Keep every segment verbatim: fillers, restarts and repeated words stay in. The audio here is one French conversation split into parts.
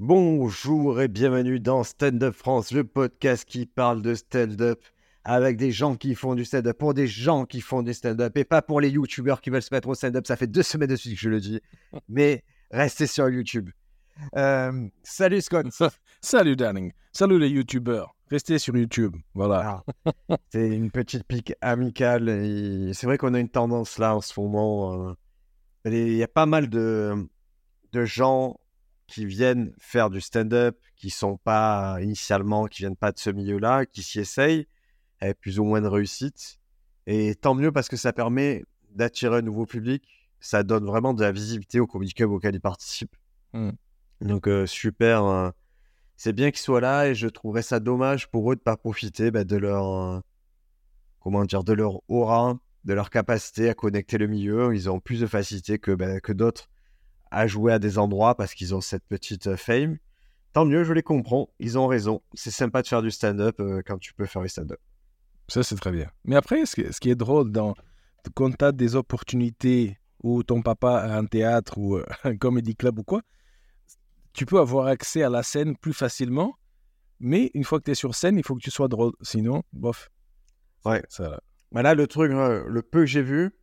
Bonjour et bienvenue dans Stand Up France, le podcast qui parle de stand-up avec des gens qui font du stand-up pour des gens qui font du stand-up et pas pour les youtubeurs qui veulent se mettre au stand-up. Ça fait deux semaines de suite que je le dis, mais restez sur YouTube. Euh, salut Scott. Salut Danning. Salut les youtubeurs. Restez sur YouTube. Voilà. Ah, c'est une petite pique amicale. Et c'est vrai qu'on a une tendance là en ce moment. euh, Il y a pas mal de, de gens qui viennent faire du stand-up, qui sont pas initialement, qui viennent pas de ce milieu-là, qui s'y essayent, avec plus ou moins de réussite. Et tant mieux parce que ça permet d'attirer un nouveau public. Ça donne vraiment de la visibilité au comedy club auquel ils participent. Mm. Donc euh, super. euh, c'est bien qu'ils soient là et je trouverais ça dommage pour eux de pas profiter bah, de leur, euh, comment dire, de leur aura, de leur capacité à connecter le milieu. Ils ont plus de facilité que, bah, que d'autres à jouer à des endroits parce qu'ils ont cette petite euh, fame. Tant mieux, je les comprends. Ils ont raison. C'est sympa de faire du stand-up euh, quand tu peux faire du stand-up. Ça, c'est très bien. Mais après, ce qui, ce qui est drôle, dans, quand tu as des opportunités où ton papa a un théâtre ou euh, un comedy club ou quoi, tu peux avoir accès à la scène plus facilement. Mais une fois que tu es sur scène, il faut que tu sois drôle. Sinon, bof. Ouais. Ça, là. Bah là, le truc, euh, le peu que j'ai vu,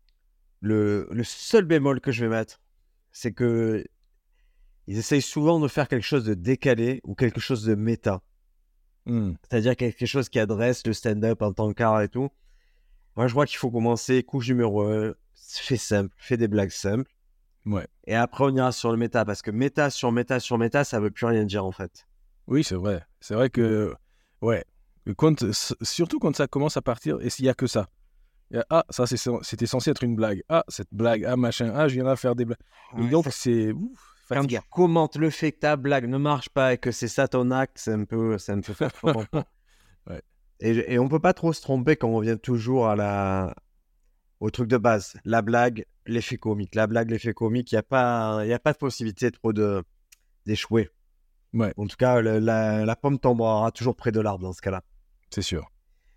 le, le seul bémol que je vais mettre, c'est que ils essayent souvent de faire quelque chose de décalé ou quelque chose de méta. Mm. C'est-à-dire quelque chose qui adresse le stand-up en tant qu'art et tout. Moi, je vois qu'il faut commencer couche numéro un, fais simple, fais des blagues simples. Ouais. Et après, on ira sur le méta, parce que méta sur méta sur méta, ça veut plus rien dire en fait. Oui, c'est vrai. C'est vrai que, ouais, quand, surtout quand ça commence à partir et s'il n'y a que ça. Il y a, ah, ça, c'est, c'était censé être une blague. Ah, cette blague, ah, machin, ah, je viens à faire des blagues. Et Ouais, donc, ça, c'est ouf, quand tu fatigant. commentes le fait que ta blague ne marche pas et que c'est ça ton acte, c'est un peu, c'est un peu fort. Ouais. Et, et on peut pas trop se tromper quand on revient toujours à la, au truc de base. La blague, l'effet comique. La blague, l'effet comique, il n'y a, pas- y a pas de possibilité trop de, d'échouer. Ouais, En tout cas, le- la, la pomme tombera toujours près de l'arbre dans ce cas-là. c'est sûr.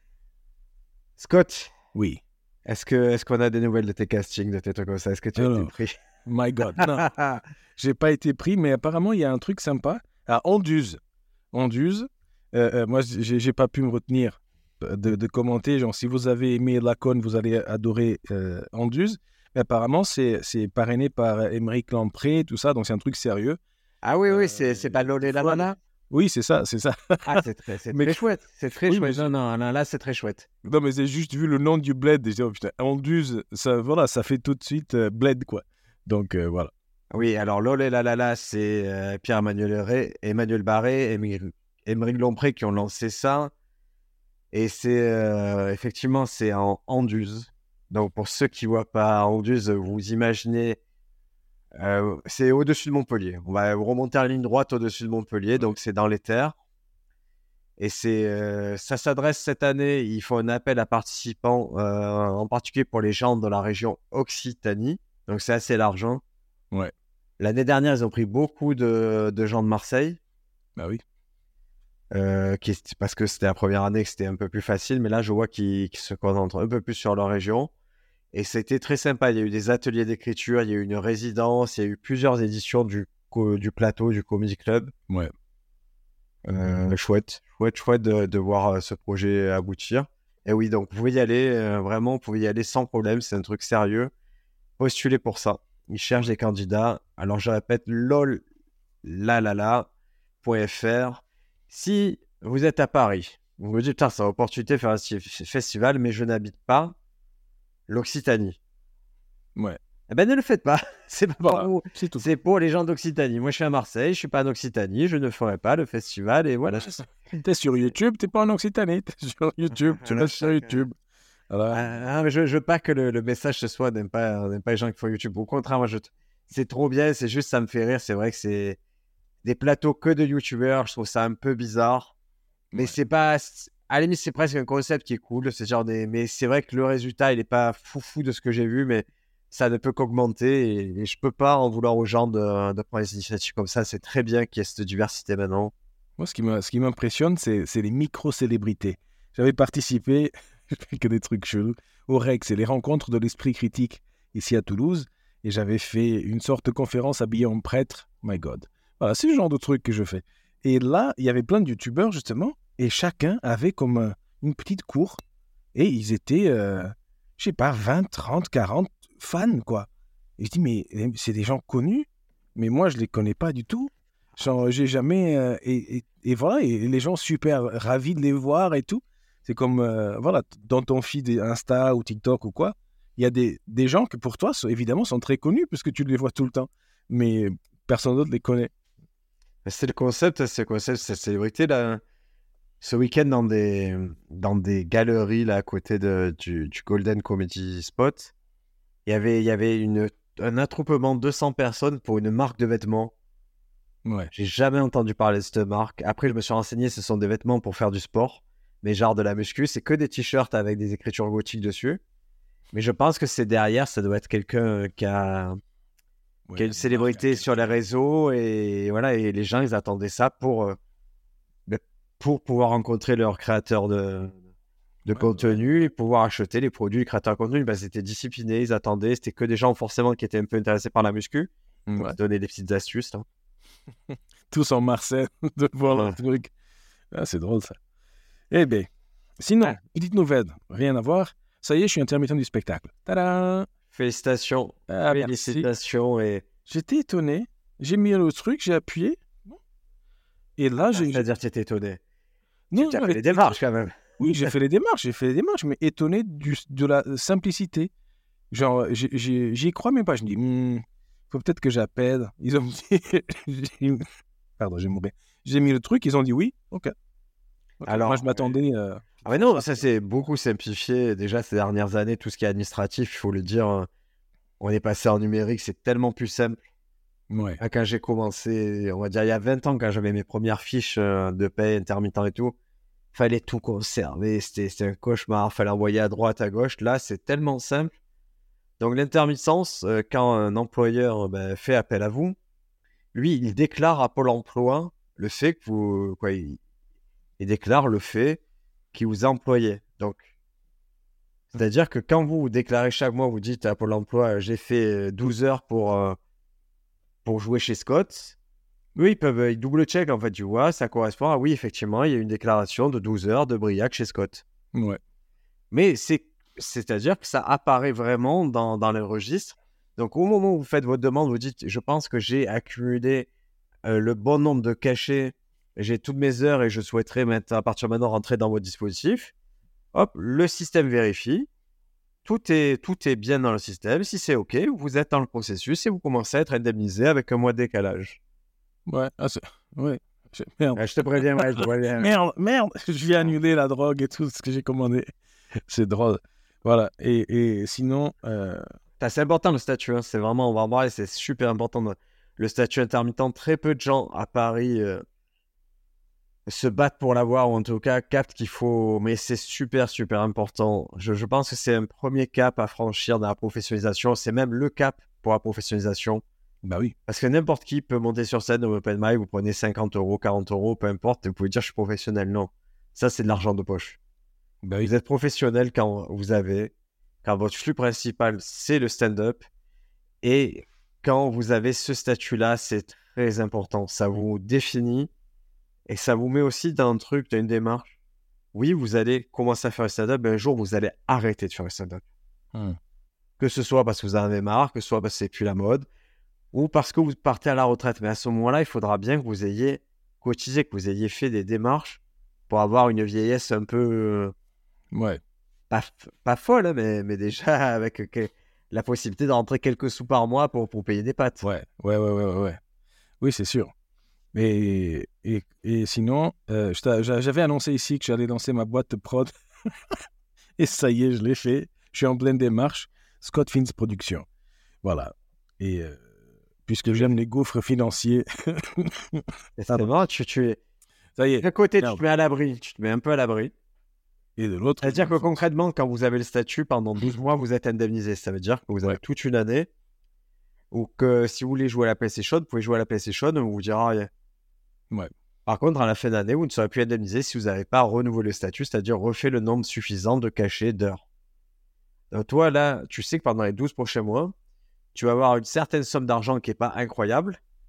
Scott, Oui. est-ce, que, est-ce qu'on a des nouvelles de tes castings, de tes trucs comme ça? Est-ce que tu as Alors, été pris? My God. Non, j'ai pas été pris, mais apparemment, il y a un truc sympa. À Anduze. Anduze, euh, euh, moi, j'ai, j'ai pas pu me retenir de, de commenter. Genre, si vous avez aimé Laconne, vous allez adorer euh, Anduze. Mais apparemment, c'est, c'est parrainé par Émeric Lampré, tout ça. Donc, c'est un truc sérieux. Ah oui, oui, Euh, c'est, c'est pas Lolé la voilà. Nana? Oui, c'est ça, c'est ça. Ah, c'est très, c'est Mais- très chouette. C'est très Oui, mais chouette. j'ai- Non, non, non, là, c'est très chouette. Non, mais j'ai juste vu le nom du bled. Et j'ai dit, oh, putain, Anduze, ça, voilà, ça fait tout de suite euh, bled, quoi. Donc, euh, voilà. Oui, alors Lolé la la la, c'est euh, Pierre-Emmanuel Ré- Emmanuel Barré et Émeric Lompré qui ont lancé ça. Et c'est euh, effectivement, c'est en Anduze. Donc, pour ceux qui ne voient pas Anduze, vous imaginez, euh, c'est au-dessus de Montpellier. On va remonter en ligne droite au-dessus de Montpellier, donc c'est dans les terres. Et c'est, euh, ça s'adresse cette année, il faut un appel à participants, euh, en particulier pour les gens de la région Occitanie. Donc, c'est assez large. hein. Ouais. L'année dernière, ils ont pris beaucoup de, de gens de Marseille. Bah oui. Euh, qui, parce que c'était la première année que c'était un peu plus facile, mais là je vois qu'ils, qu'ils se concentrent un peu plus sur leur région et c'était très sympa. Il y a eu des ateliers d'écriture, il y a eu une résidence, il y a eu plusieurs éditions du, du plateau du Comedy Club. Ouais. Euh, chouette, chouette, chouette de, de voir euh, ce projet aboutir. Et oui, donc vous pouvez y aller, euh, vraiment, vous pouvez y aller sans problème, c'est un truc sérieux. Postulez pour ça. Ils cherchent des candidats. Alors je répète, lol la la la point f r. Si vous êtes à Paris, vous vous dites, putain, c'est une opportunité de faire un festival, mais je n'habite pas l'Occitanie. Ouais. Eh ben, ne le faites pas. C'est pas Voilà, pour vous. c'est tout. C'est pour les gens d'Occitanie. Moi, je suis à Marseille, je suis pas en Occitanie, je ne ferai pas le festival et voilà. T'es sur YouTube, t'es pas en Occitanie, t'es sur YouTube, tu restes sur YouTube. Voilà. Ah, mais je, je veux pas que le, le message ce soit n'aime pas, n'aime pas les gens qui font YouTube. Au contraire, moi, je, c'est trop bien, c'est juste, ça me fait rire. C'est vrai que c'est des plateaux que de YouTubeurs, je trouve ça un peu bizarre. Mais Ouais. c'est pas. À la limite, c'est presque un concept qui est cool. C'est genre des... Mais c'est vrai que le résultat, il est pas foufou de ce que j'ai vu, mais ça ne peut qu'augmenter. Et, et je peux pas en vouloir aux gens de, de prendre des initiatives comme ça. C'est très bien qu'il y ait cette diversité maintenant. Moi, ce qui, m'a, ce qui m'impressionne, c'est, c'est les micro-célébrités. J'avais participé, je fais que des trucs chelous, au R E C, c'est les rencontres de l'esprit critique ici à Toulouse. Et j'avais fait une sorte de conférence habillée en prêtre. My God. Voilà, c'est le genre de truc que je fais. Et là, il y avait plein de youtubeurs, justement, et chacun avait comme euh, une petite cour, et ils étaient, euh, je sais pas, vingt, trente, quarante fans, quoi. Et je dis, mais euh, c'est des gens connus, mais moi, je les connais pas du tout. Genre, j'ai jamais... euh, et, et, et voilà, et les gens super ravis de les voir et tout. C'est comme, euh, voilà, dans ton feed Insta ou TikTok ou quoi, il y a des, des gens que pour toi, sont, évidemment, sont très connus, puisque tu les vois tout le temps. Mais personne d'autre les connaît. C'est le concept, c'est le concept, cette célébrité là. Ce week-end dans des, dans des galeries là à côté de, du, du Golden Comedy Spot, il y avait, il y avait une, un attroupement de deux cents personnes pour une marque de vêtements. Ouais. J'ai jamais entendu parler de cette marque. Après, je me suis renseigné, ce sont des vêtements pour faire du sport, mais genre de la muscu, c'est que des t-shirts avec des écritures gothiques dessus. Mais je pense que c'est derrière, ça doit être quelqu'un qui a, Ouais, qui a une célébrité sur les réseaux et voilà, et les gens ils attendaient ça pour, euh, ben, pour pouvoir rencontrer leur créateur de, de ouais, contenu et pouvoir acheter les produits du créateur de contenu. Ben, c'était discipliné, ils attendaient, c'était que des gens forcément qui étaient un peu intéressés par la muscu. ouais. Donc, Ouais. ils donnaient des petites astuces. Là. Tous en Marseille de voir Ouais. le truc. Ah, c'est drôle ça. Eh bien, sinon, Ouais. petite nouvelle, rien à voir. Ça y est, je suis intermittent du spectacle. Tada! Félicitations, Ah, merci. félicitations et J'étais étonné. J'ai mis le truc, j'ai appuyé. Et là, j'ai. c'est-à-dire que tu étais étonné. Non, Tu as non, fait les démarches quand même. oui, j'ai fait les démarches, j'ai fait les démarches, mais étonné du, de la simplicité. Genre, j'ai- j'ai- j'y crois même pas. Je me dis, hmm, faut peut-être que j'appelle. Ils ont dit, j'ai- pardon, j'ai mourir. J'ai mis le truc, ils ont dit oui. Ok. Ok. Alors, Moi, je m'attendais. euh, ah mais non, ça c'est beaucoup simplifié. Déjà ces dernières années, tout ce qui est administratif, il faut le dire, hein, on est passé en numérique, c'est tellement plus simple. Ouais. Ah, quand j'ai commencé, on va dire il y a vingt ans, quand j'avais mes premières fiches euh, de paie intermittent et tout, fallait tout conserver, c'était c'était un cauchemar, fallait envoyer à droite, à gauche. Là, c'est tellement simple. Donc l'intermittence, euh, quand un employeur euh, ben, fait appel à vous, lui, il déclare à Pôle emploi le fait que vous, quoi, il, il déclare le fait qu'il vous a employé. Donc, c'est-à-dire que quand vous, vous déclarez chaque mois, vous dites à Pôle emploi, euh, j'ai fait euh, douze heures pour, euh, pour jouer chez Scott, eux, ils peuvent, euh, ils double-check en fait, tu vois, ça correspond à oui, effectivement, il y a une déclaration de douze heures de Briac chez Scott. Ouais. Mais c'est, c'est-à-dire que ça apparaît vraiment dans, dans le registre. Donc, au moment où vous faites votre demande, vous dites, je pense que j'ai accumulé euh, le bon nombre de cachets, j'ai toutes mes heures et je souhaiterais maintenant, à partir de maintenant rentrer dans votre dispositif. Hop, le système vérifie. Tout est, tout est bien dans le système. Si c'est OK, vous êtes dans le processus et vous commencez à être indemnisé avec un mois de décalage. Ouais. Ah, c'est- ouais. Je- Merde. Ouais, je te préviens, ouais, je te préviens. Merde, merde. Je viens annuler la drogue et tout ce que j'ai commandé. C'est drôle. Voilà. Et, et sinon, euh, Ah, c'est important le statut, hein. C'est vraiment, on va en parler, c'est super important. Le statut intermittent, très peu de gens à Paris euh, se battent pour l'avoir, ou en tout cas captent qu'il faut, mais c'est super, super important. Je, je pense que c'est un premier cap à franchir dans la professionnalisation, c'est même le cap pour la professionnalisation. bah oui. Parce que n'importe qui peut monter sur scène au open mic, vous prenez cinquante euros, quarante euros, peu importe, et vous pouvez dire je suis professionnel. Non, ça c'est de l'argent de poche. Bah oui. Vous êtes professionnel quand vous avez, quand votre flux principal c'est le stand-up, et quand vous avez ce statut-là, c'est très important. Ça vous définit et ça vous met aussi dans un truc, dans une démarche. Oui, vous allez commencer à faire le stand-up, mais un jour vous allez arrêter de faire le stand-up. Hmm. Que ce soit parce que vous en avez marre, que ce soit parce que c'est plus la mode, ou parce que vous partez à la retraite. Mais à ce moment-là, il faudra bien que vous ayez cotisé, que vous ayez fait des démarches pour avoir une vieillesse un peu, euh, Ouais. pas, f- pas folle, hein, mais, mais déjà avec que- la possibilité de rentrer quelques sous par mois pour, pour payer des pâtes. Ouais. Ouais, ouais, ouais, ouais, ouais. Oui, c'est sûr. Et, et, et sinon, euh, je t'a- j'a- j'avais annoncé ici que j'allais lancer ma boîte de prod. Et ça y est, je l'ai fait. Je suis en pleine démarche. Scott Fins Productions. Voilà. Et euh, puisque j'aime les gouffres financiers, Et c'est Pardon. marrant, tu, tu es... ça y est. D'un côté, tu Merde. te mets à l'abri, tu te mets un peu à l'abri. Et de l'autre, C'est-à-dire que concrètement, quand vous avez le statut, pendant douze mois, vous êtes indemnisé. Ça veut dire que vous avez Ouais. toute une année, ou que si vous voulez jouer à la PlayStation, vous pouvez jouer à la PlayStation, on vous dira rien. Ouais. Par contre, à la fin d'année, vous ne serez plus indemnisé si vous n'avez pas renouvelé le statut, c'est-à-dire refait le nombre suffisant de cachets d'heures. Donc toi, là, tu sais que pendant les douze prochains mois, tu vas avoir une certaine somme d'argent qui n'est pas incroyable,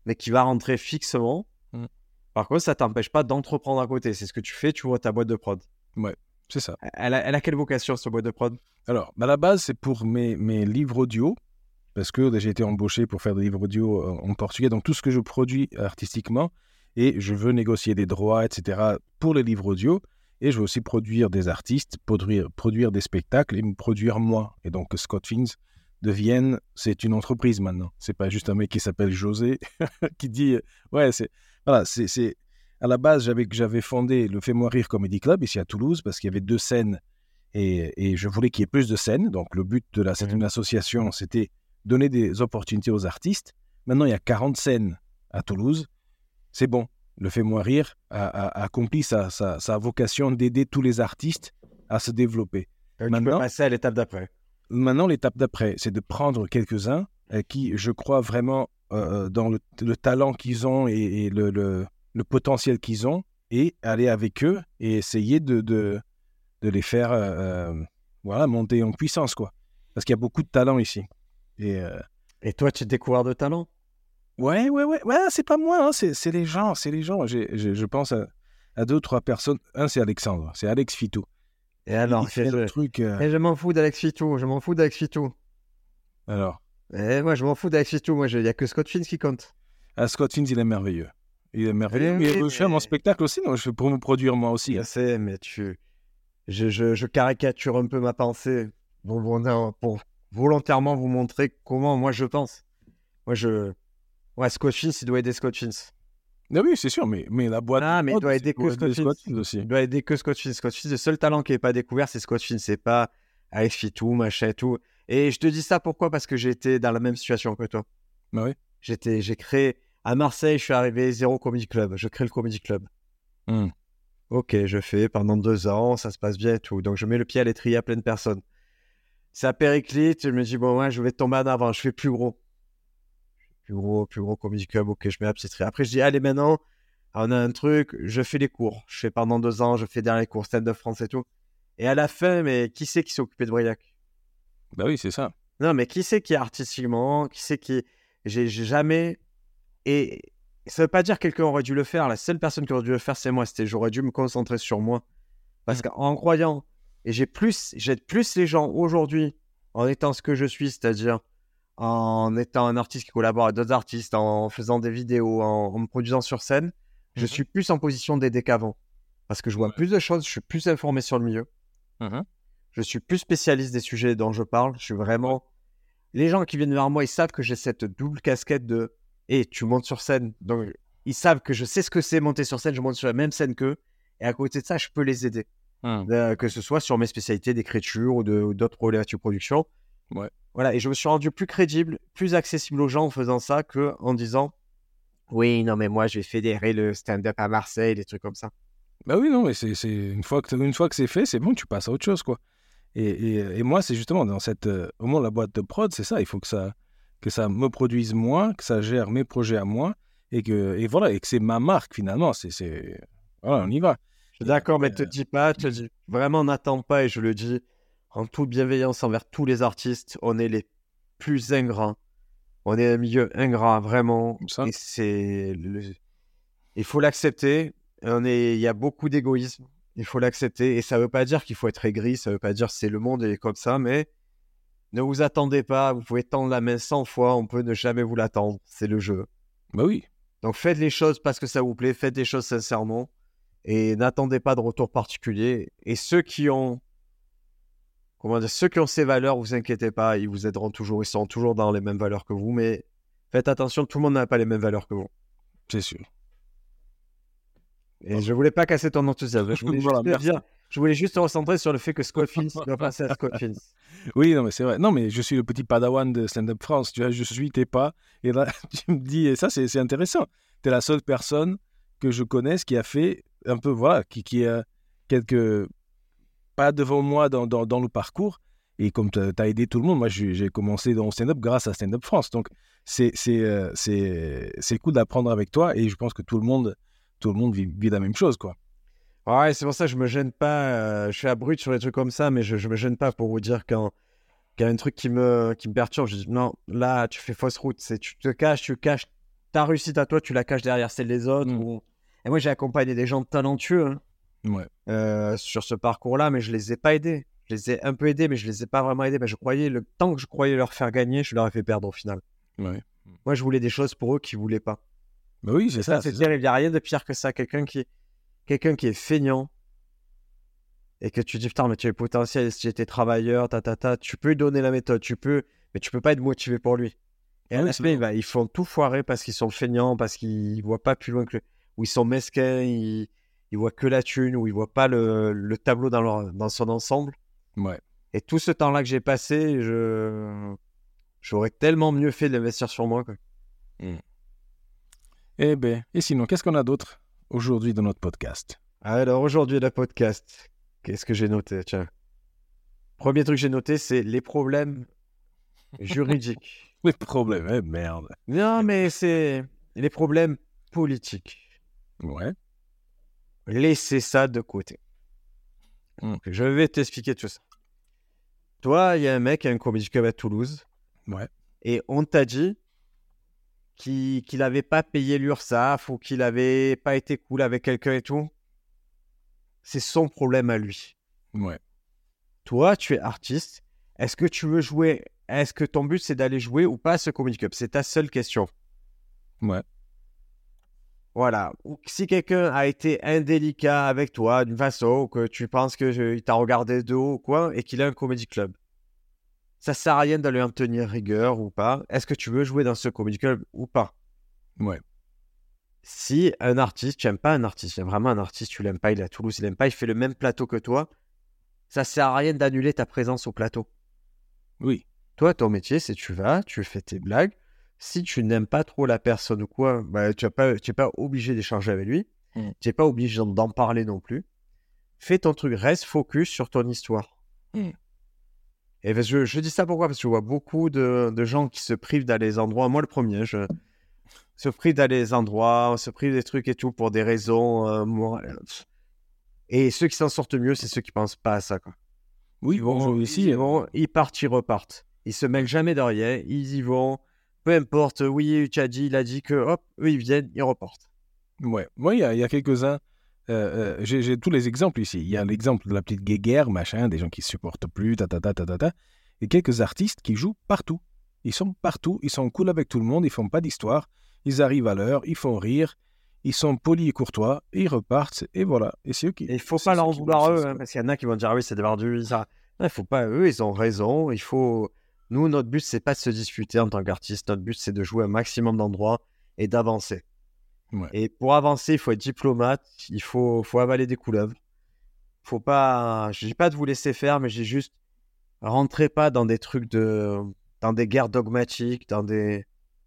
mais qui va rentrer fixement. Mm. Par contre, ça t'empêche pas d'entreprendre à côté. C'est ce que tu fais, tu vois ta boîte de prod. Ouais, c'est ça. Elle a, elle a quelle vocation, cette boîte de prod? Alors, à la base, c'est pour mes, mes livres audio, parce que j'ai été embauché pour faire des livres audio en portugais. Donc, tout ce que je produis artistiquement, et je veux négocier des droits, et cetera, pour les livres audio. Et je veux aussi produire des artistes, produire, produire des spectacles et me produire moi. Et donc, Scott Fins devienne, c'est une entreprise maintenant. C'est pas juste un mec qui s'appelle José qui dit, ouais, c'est, voilà, c'est, c'est, à la base, j'avais, j'avais fondé le Fais-moi rire Comedy Club ici à Toulouse parce qu'il y avait deux scènes et, et je voulais qu'il y ait plus de scènes. Donc, le but de la, c'est une association, c'était donner des opportunités aux artistes. Maintenant, il y a quarante scènes à Toulouse. C'est bon. Le Fais-moi rire a, a, a accompli sa, sa, sa vocation d'aider tous les artistes à se développer. Donc, maintenant, tu peux passer à l'étape d'après. Maintenant, l'étape d'après, c'est de prendre quelques-uns euh, qui, je crois vraiment euh, dans le, le talent qu'ils ont et, et le, le, le potentiel qu'ils ont et aller avec eux et essayer de, de, de les faire euh, voilà, monter en puissance, quoi. Parce qu'il y a beaucoup de talent ici. Et, euh... et toi, tu es découvert de talent? Ouais, ouais, ouais, ouais, c'est pas moi, hein, c'est, c'est les gens, c'est les gens. J'ai, j'ai, je pense à, à deux ou trois personnes. Un, c'est Alexandre, c'est Alex Fitou. Et alors, il fait je... le truc. Euh... Et je m'en fous d'Alex Fitou, je m'en fous d'Alex Fitou. Alors et moi, je m'en fous d'Alex Fitou, moi, il n'y a que Scott Fins qui compte. Ah, Scott Fins, il est merveilleux. Il est merveilleux. Oui, mais oui, je fais mais... mon spectacle aussi, donc je fais pour me produire moi aussi. Je hein. sais, mais tu. Je, je, je caricature un peu ma pensée pour, pour, pour volontairement vous montrer comment moi je pense. Moi, je. Ouais, Scott Fins, il doit aider Scott Fins. Ah oui, c'est sûr, mais, mais la boîte. Ah, mais il doit aider que Scott Fins. aussi. Il doit aider que Scott Fins. Scott Fins, le seul talent qui n'est pas découvert, c'est Scott Fins. C'est pas Alex Fitou, machin et tout. Et je te dis ça pourquoi? Parce que j'étais dans la même situation que toi. Bah oui. J'étais, j'ai créé. À Marseille, je suis arrivé zéro comedy club. Je crée le comedy club. Mm. Ok, je fais pendant deux ans, ça se passe bien et tout. Donc, je mets le pied à l'étrier à plein de personnes. Ça périclite, je me dis, bon, ouais, je vais tomber en avant, je fais plus gros. Plus gros, plus gros comedy club, ok, je mets la petite étrier. Après, je dis, allez, maintenant, on a un truc, je fais les cours. Je fais pendant deux ans, je fais derrière les cours, stand-up France et tout. Et à la fin, mais qui c'est qui s'est occupé de Briac? Bah oui, c'est ça. Non, mais qui c'est qui artistiquement, qui c'est qui. J'ai, j'ai jamais. Et ça veut pas dire que quelqu'un aurait dû le faire. La seule personne qui aurait dû le faire, c'est moi. C'était, j'aurais dû me concentrer sur moi. Parce mmh. qu'en croyant, et j'ai plus, j'aide plus les gens aujourd'hui en étant ce que je suis, c'est-à-dire en étant un artiste qui collabore avec d'autres artistes, en faisant des vidéos, en, en me produisant sur scène, mmh. je suis plus en position d'aider qu'avant. Parce que je vois ouais. plus de choses, je suis plus informé sur le milieu. Mmh. Je suis plus spécialiste des sujets dont je parle. Je suis vraiment... Les gens qui viennent vers moi, ils savent que j'ai cette double casquette de « Hé, hey, tu montes sur scène ». Donc, ils savent que je sais ce que c'est monter sur scène. Je monte sur la même scène qu'eux. Et à côté de ça, je peux les aider. Mmh. Euh, que ce soit sur mes spécialités d'écriture ou, de, ou d'autres problématiques de production. Ouais. Voilà. Et je me suis rendu plus crédible, plus accessible aux gens en faisant ça qu'en disant « Oui, non, mais moi, je vais fédérer le stand-up à Marseille », des trucs comme ça. Bah oui, non, mais c'est, c'est... Une, fois que, une fois que c'est fait, c'est bon, tu passes à autre chose, quoi. Et, et, et moi, c'est justement dans cette... Euh, au moins, la boîte de prod, c'est ça. Il faut que ça, que ça me produise moi, que ça gère mes projets à moi, et que, et voilà, et que c'est ma marque, finalement. C'est, c'est... Voilà, on y va. Je suis d'accord, mais ne te dis pas, te dis... Vraiment, n'attends pas, et je le dis en toute bienveillance envers tous les artistes, on est les plus ingrats. On est un milieu ingrat, vraiment. Ça. Et c'est... Le... Il faut l'accepter. On est... Il y a beaucoup d'égoïsme. Il faut l'accepter. Et ça ne veut pas dire qu'il faut être aigri. Ça ne veut pas dire que c'est le monde et comme ça. Mais ne vous attendez pas. Vous pouvez tendre la main cent fois. On peut ne jamais vous l'attendre. C'est le jeu. Bah oui. Donc faites les choses parce que ça vous plaît. Faites les choses sincèrement. Et n'attendez pas de retour particulier. Et ceux qui ont... Comment dire, ceux qui ont ces valeurs, vous inquiétez pas. Ils vous aideront toujours. Ils seront toujours dans les mêmes valeurs que vous. Mais faites attention. Tout le monde n'a pas les mêmes valeurs que vous. C'est sûr. Et je voulais pas casser ton enthousiasme. Je voulais, voilà, juste dire, je voulais juste te recentrer sur le fait que Scott Fins doit passer à Scott Fins. Oui, non, mais c'est vrai. Non, mais je suis le petit padawan de Stand Up France. Tu vois, je suis tes pas. Et là, tu me dis, et ça, c'est, c'est intéressant. Tu es la seule personne que je connaisse qui a fait un peu, voilà, qui, qui a quelques pas devant moi dans, dans, dans le parcours. Et comme tu as aidé tout le monde, moi, j'ai, j'ai commencé dans le stand-up grâce à Stand Up France. Donc, c'est, c'est, euh, c'est, c'est cool d'apprendre avec toi. Et je pense que tout le monde. Tout le monde vit, vit la même chose, quoi. Ouais, c'est pour ça que je me gêne pas. Euh, je suis abruti sur les trucs comme ça, mais je, je me gêne pas pour vous dire quand il y a un truc qui me, qui me perturbe. Je dis non, là, tu fais fausse route. C'est, tu te caches, tu caches ta réussite à toi, tu la caches derrière celle des autres. Mm. Ou... Et moi, j'ai accompagné des gens talentueux hein, Ouais. euh, sur ce parcours-là, mais je les ai pas aidés. Je les ai un peu aidés, mais je les ai pas vraiment aidés. Ben, je croyais, le temps que je croyais leur faire gagner, je leur ai fait perdre au final. Ouais. Moi, je voulais des choses pour eux qu'ils voulaient pas. Bah oui, c'est Et ça. ça, c'est c'est terrible. Il n'y a rien de pire que ça. Quelqu'un qui, quelqu'un qui est feignant et que tu dis, putain, mais tu as le potentiel, si j'étais travailleur, ta, ta, ta, tu peux lui donner la méthode, tu peux, mais tu peux pas être motivé pour lui. Et à Oui, la c'est fin, vrai. bah, ils font tout foirer parce qu'ils sont feignants, parce qu'ils voient pas plus loin que... Ou ils sont mesquins, ils, ils voient que la thune, ou ils voient pas le, le tableau dans, leur, dans son ensemble. Ouais. Et tout ce temps-là que j'ai passé, je... j'aurais tellement mieux fait de l'investir sur moi. Quoi. Eh ben, et sinon, qu'est-ce qu'on a d'autre aujourd'hui dans notre podcast? Alors aujourd'hui, le podcast, qu'est-ce que j'ai noté? Tiens. Premier truc que j'ai noté, c'est les problèmes juridiques. Les problèmes, eh merde. Non, mais c'est les problèmes politiques. Ouais. Laissez ça de côté. Mm. Je vais t'expliquer tout ça. Toi, il y a un mec, un comedy club à Toulouse, Ouais. et on t'a dit qu'il qu'il n'avait pas payé l'URSSAF ou qu'il n'avait pas été cool avec quelqu'un et tout. C'est son problème à lui. Ouais. Toi, tu es artiste. Est-ce que tu veux jouer? Est-ce que ton but, c'est d'aller jouer ou pas à ce comedy club? C'est ta seule question. Ouais. Voilà. Ou si quelqu'un a été indélicat avec toi d'une façon, ou que tu penses qu'il t'a regardé de haut ou quoi, et qu'il a un comedy club, ça sert à rien de lui en tenir rigueur ou pas. Est-ce que tu veux jouer dans ce comedy club ou pas? Ouais. Si un artiste, tu n'aimes pas un artiste, tu aimes vraiment un artiste, tu l'aimes pas, il est à Toulouse, il l'aime pas, il fait le même plateau que toi, ça sert à rien d'annuler ta présence au plateau. Oui. Toi, ton métier, c'est tu vas, tu fais tes blagues. Si tu n'aimes pas trop la personne ou quoi, bah, tu n'es pas, tu n'es pas obligé d'échanger avec lui. Mm. Tu n'es pas obligé d'en parler non plus. Fais ton truc, reste focus sur ton histoire. Mm. Et ben, je, je dis ça pourquoi? Parce que je vois beaucoup de, de gens qui se privent d'aller les endroits. Moi, le premier, je se prive d'aller les endroits, on se prive des trucs et tout pour des raisons euh, morales. Et ceux qui s'en sortent mieux, c'est ceux qui pensent pas à ça, quoi. Oui, Ils vont, bon, ils ici, y vont, ils partent, ils repartent. Ils se mêlent jamais de rien, ils y vont. Peu importe, oui, tu as dit, il a dit que, hop, eux, ils viennent, ils repartent. ouais. Moi, il y a, il y a quelques-uns. euh, euh, j'ai, j'ai tous les exemples ici. Il y a l'exemple de la petite guéguerre, machin, des gens qui se supportent plus, ta ta ta ta ta ta. Et quelques artistes qui jouent partout. Ils sont partout, ils sont cool avec tout le monde, ils font pas d'histoire, ils arrivent à l'heure, ils font rire, ils sont polis et courtois, et ils repartent, et voilà. Et c'est eux qui. Et il faut c'est pas leur ceux en qui vouloir réussissent, eux, hein, quoi. parce qu'il y en a qui vont dire, ah oui, c'est des barbus, ça. Non, il faut pas, eux, ils ont raison. Il faut. Nous, notre but, c'est pas de se disputer en tant qu'artiste. Notre but, c'est de jouer un maximum d'endroits et d'avancer. Ouais. Et pour avancer, il faut être diplomate, il faut, faut avaler des couleuvres. Faut pas. Je dis pas de vous laisser faire, mais j'ai juste. Rentrez pas dans des trucs de. Dans des guerres dogmatiques, dans des.